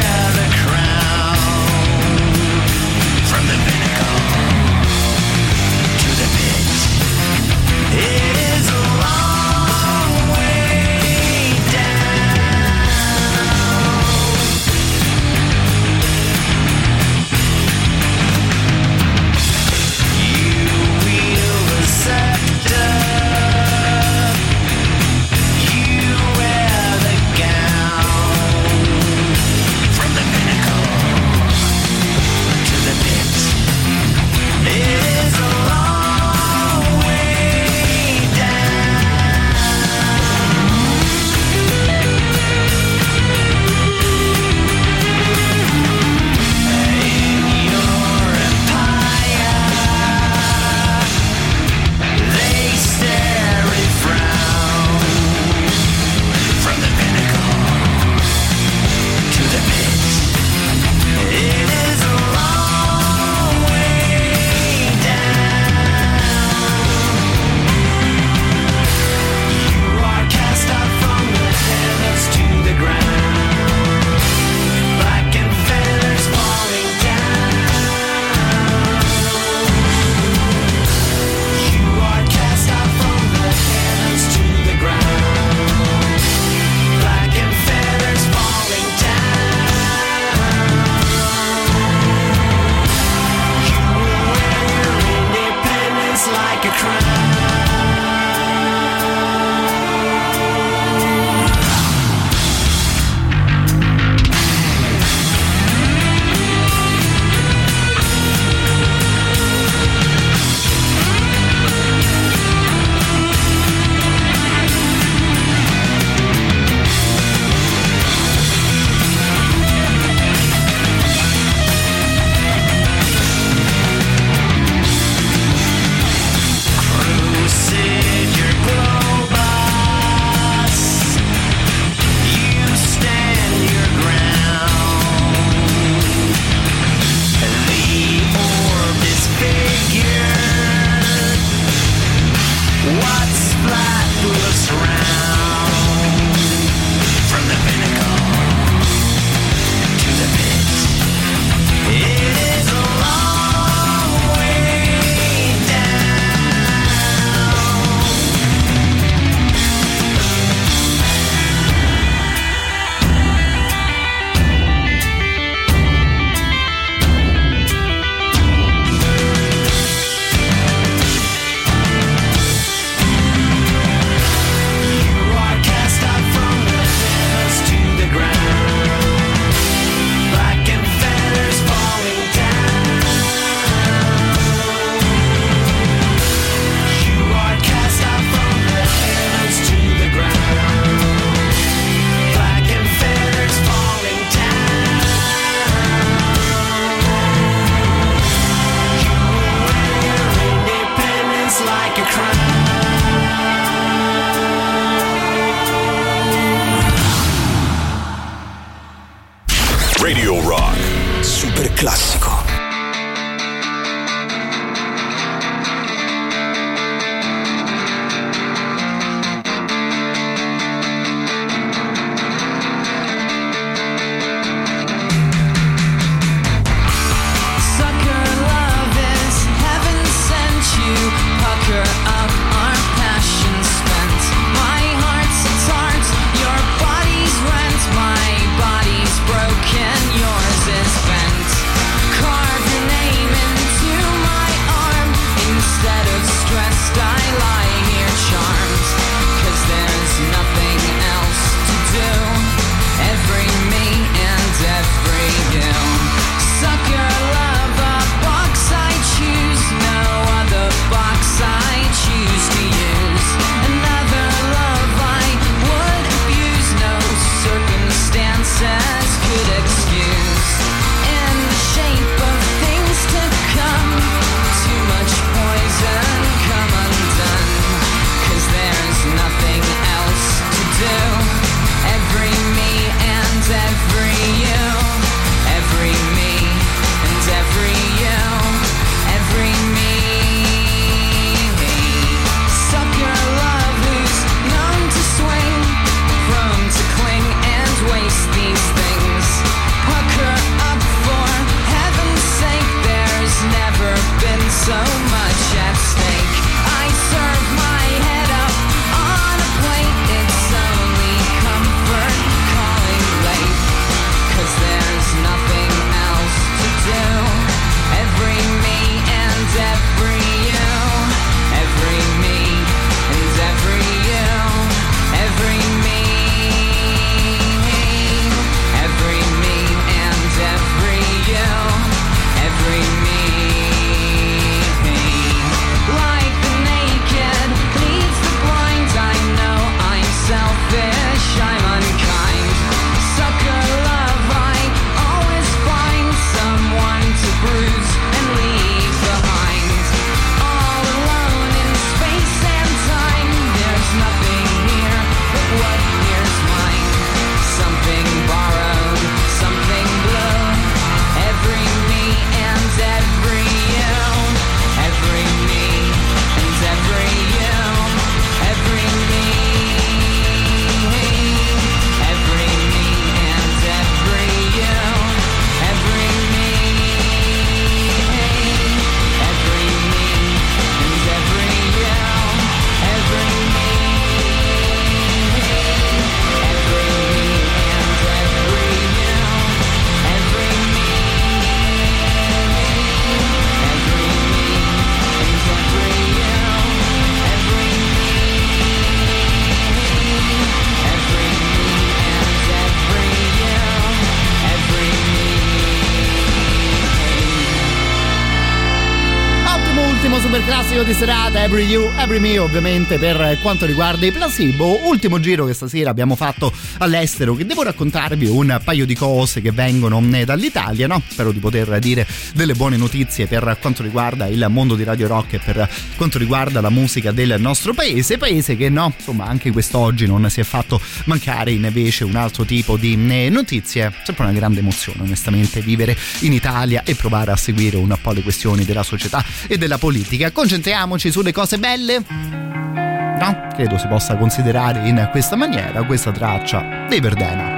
il classico di serata Every You, Every Me, ovviamente per quanto riguarda i Placebo. Ultimo giro che stasera abbiamo fatto all'estero, che devo raccontarvi un paio di cose che vengono dall'Italia, no? Spero di poter dire delle buone notizie per quanto riguarda il mondo di Radio Rock e per quanto riguarda la musica del nostro paese, paese che no, insomma anche quest'oggi non si è fatto mancare invece un altro tipo di notizie. Sempre una grande emozione onestamente vivere in Italia e provare a seguire un po' le questioni della società e della politica. Concentriamoci sulle cose belle? No? Credo si possa considerare in questa maniera questa traccia dei Verdena.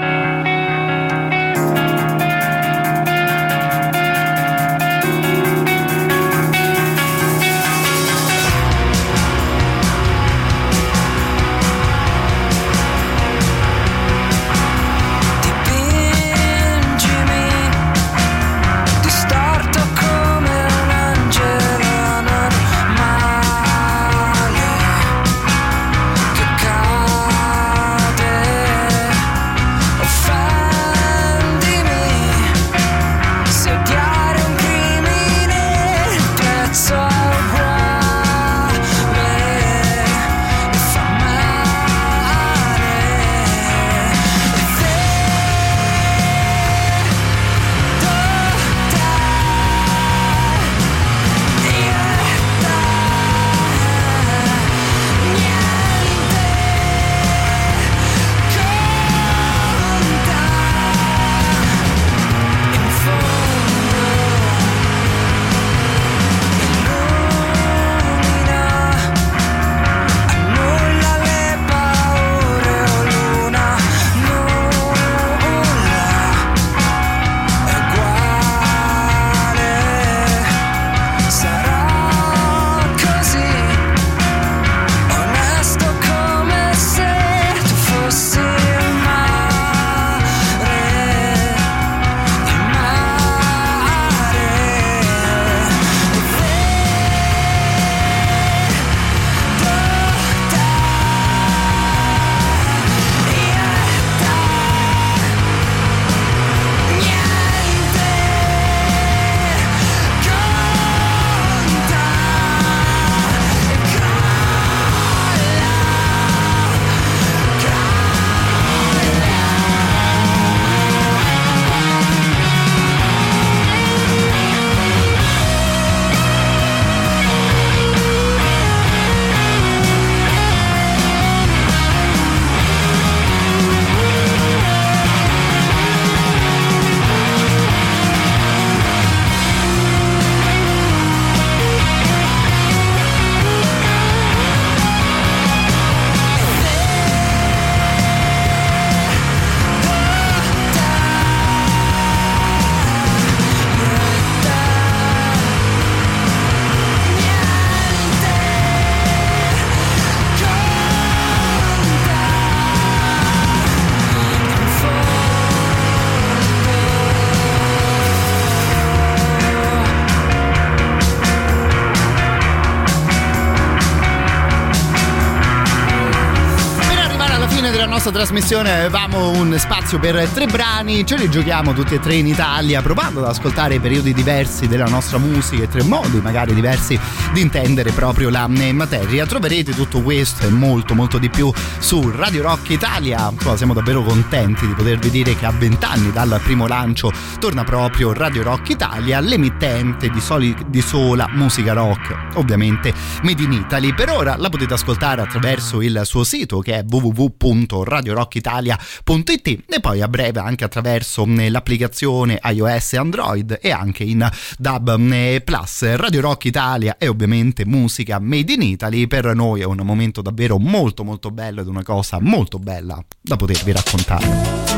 Trasmissione avevamo un spazio per tre brani, ce li giochiamo tutti e tre in Italia, provando ad ascoltare periodi diversi della nostra musica e tre modi magari diversi di intendere proprio la materia. Troverete tutto questo e molto molto di più su Radio Rock Italia. Insomma, siamo davvero contenti di potervi dire che a vent'anni dal primo lancio torna proprio Radio Rock Italia, l'emittente di, soli, di sola musica rock, ovviamente made in Italy. Per ora la potete ascoltare attraverso il suo sito, che è w w w punto radio rock italia punto i t, e poi a breve anche attraverso l'applicazione iOS e Android e anche in D A B Plus. Radio Rock Italia è ovviamente musica made in Italy. Per noi è un momento davvero molto molto bello ed una cosa molto bella da potervi raccontare.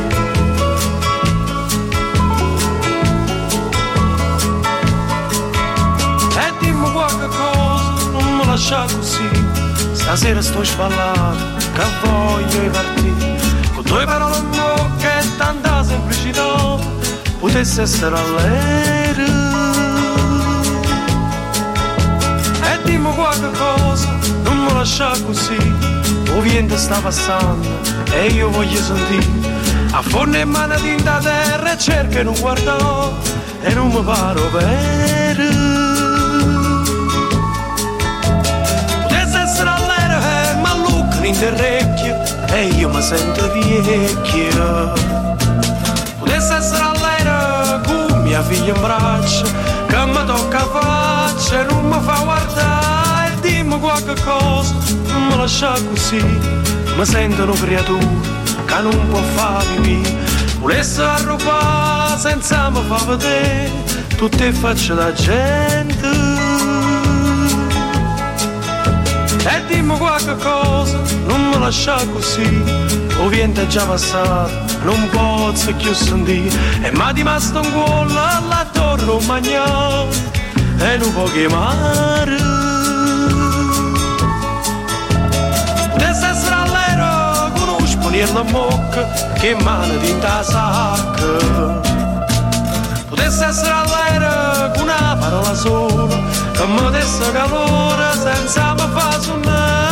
E dimmi qualche cosa, non mi lascia così. Stasera sto sballato, che voglio i partiti. Con due parole in bocca e tanta semplicità, potesse essere all'era. E dimmi qualche cosa, non mi lascia così. O vento sta passando e io voglio sentire. A forno in mano tinta terra e cerco e non guardo e non mi paro vero. in orecchie e io mi sento vecchio. Potesse essere all'era con mia figlia in braccio, che mi tocca faccia e non mi fa guardare, e dimmi qualche cosa, non mi lascia così, mi sento una creatura che non può farmi vivere. Volesse arrubare senza mi fa vedere tutte facce da gente, e dimmi qualche cosa, non mi lascia così, o viento è già passato, non posso più sentire, e mi è rimasto un cuore alla torre romagnale e non può chiamare. Potesse essere all'era con uno sponiello a mocca che mano di in ta sacca. Potesse essere all'era con una parola sola che mi desse calore senza mi fa suonare.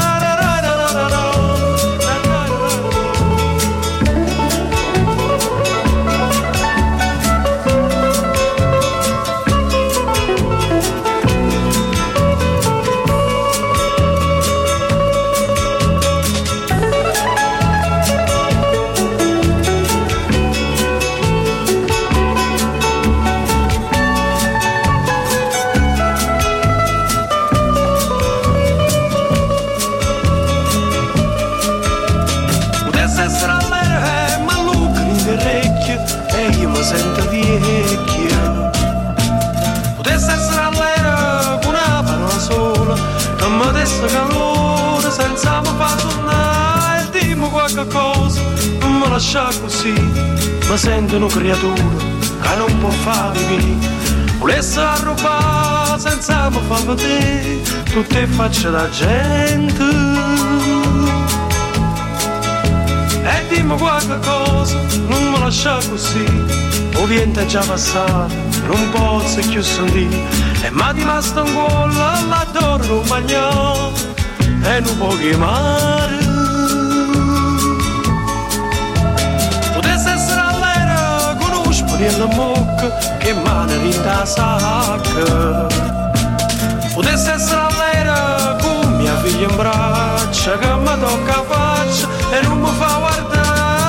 Sento vecchio. Potesse essere all'era con una parola sola che mi desse calore senza mi far tornare, e dimmi qualche cosa, non mi lascia così, mi sento una creatura che non può farmi vivere. Volesse arrubare senza mi far vedere tutte facce da gente, e dimmi qualche cosa, non mi lascia così, o viento è già passato, non posso più sentire, e mi è rimasto un cuore alla torre romagnale e non può chiamare. Potesse essere all'era con uno sponiello a mocca che mano in ta sacca. Potesse essere all'era con mia figlia in braccia che mi tocca faccia e non mi fa guardare.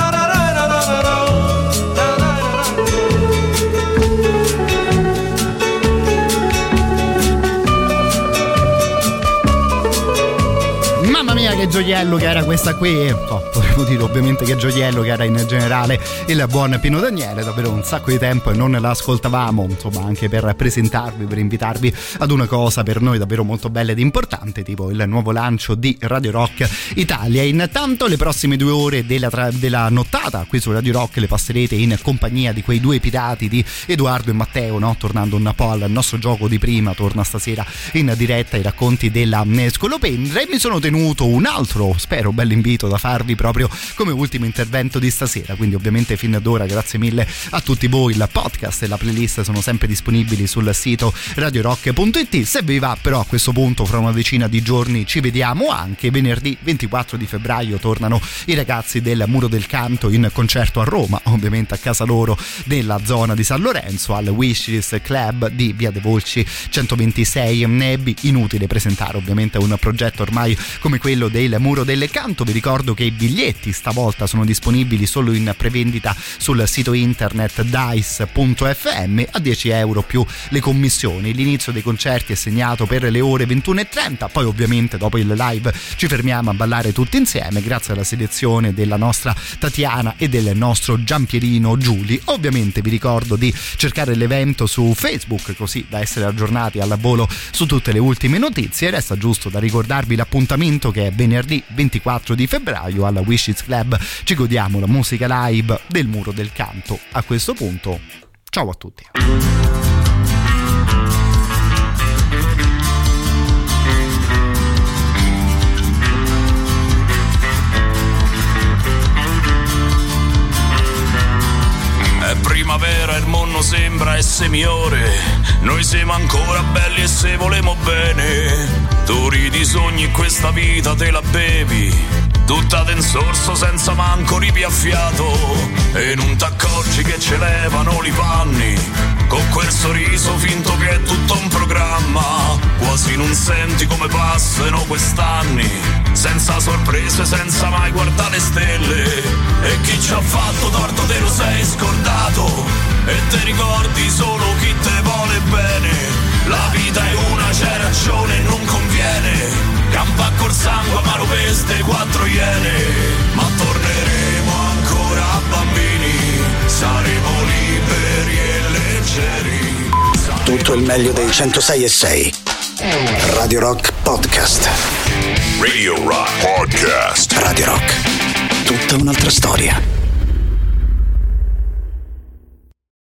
Mamma mia, che gioiello che era questa qui. Oh, potremmo dire ovviamente che gioiello che era in generale il buon Pino Daniele. Davvero un sacco di tempo e non la ascoltavamo, insomma, anche per presentarvi, per invitarvi ad una cosa per noi davvero molto bella ed importante, tipo il nuovo lancio di Radio Rock Italia. Intanto le prossime due ore della, tra- della nottata qui su Radio Rock le passerete in compagnia di quei due pirati di Edoardo e Matteo, no? Tornando un po' al nostro gioco di prima, torna stasera in diretta i racconti della Scolopendra, e mi sono tenuto un altro, spero, bell'invito da farvi proprio come ultimo intervento di stasera. Quindi ovviamente fin d'ora grazie mille a tutti voi. Il podcast e la playlist sono sempre disponibili sul sito radio rock punto it. Se vi va però a questo punto fra una decina di giorni ci vediamo anche venerdì ventiquattro di febbraio. Tornano i ragazzi del Muro del Canto in concerto a Roma, ovviamente a casa loro nella zona di San Lorenzo, al Wishlist Club di Via dei Volsci centoventisei Nebbi. Inutile presentare ovviamente un progetto ormai come quello del Muro del Canto. Vi ricordo che i biglietti stavolta sono disponibili solo in prevendita sul sito internet dice punto effe emme a dieci euro più le commissioni. L'inizio dei concerti è segnato per le ore ventuno e trenta, poi ovviamente dopo il live ci fermiamo a ballare tutti insieme grazie alla selezione della nostra Tatiana e del nostro Giampierino Giuli. Ovviamente vi ricordo di cercare l'evento su Facebook così da essere aggiornati alla volo su tutte le ultime notizie. Resta giusto da ricordarvi l'appuntamento che è venerdì ventiquattro di febbraio alla Wishes Club. Ci godiamo la musica live del Muro del Canto. A questo punto ciao a tutti. È primavera, il mondo sembra essere migliore, noi siamo ancora belli e se volemo bene. Tu ridi sogni questa vita te la bevi, tutta in sorso senza manco ripiaffiato, e non t'accorgi che ce levano i panni, con quel sorriso finto che è tutto un programma, quasi non senti come passano quest'anni, senza senza sorprese, senza mai guardare le stelle. E chi ci ha fatto torto te lo sei scordato, e te ricordi solo chi te vuole bene. La vita è una, c'è ragione, non conviene. Campa col sangue, amaro per ste quattro iene. Ma torneremo ancora bambini, saremo liberi e leggeri. Tutto il meglio dei centosei e sei. Radio Rock Podcast. Radio Rock Podcast. Radio Rock. Tutta un'altra storia.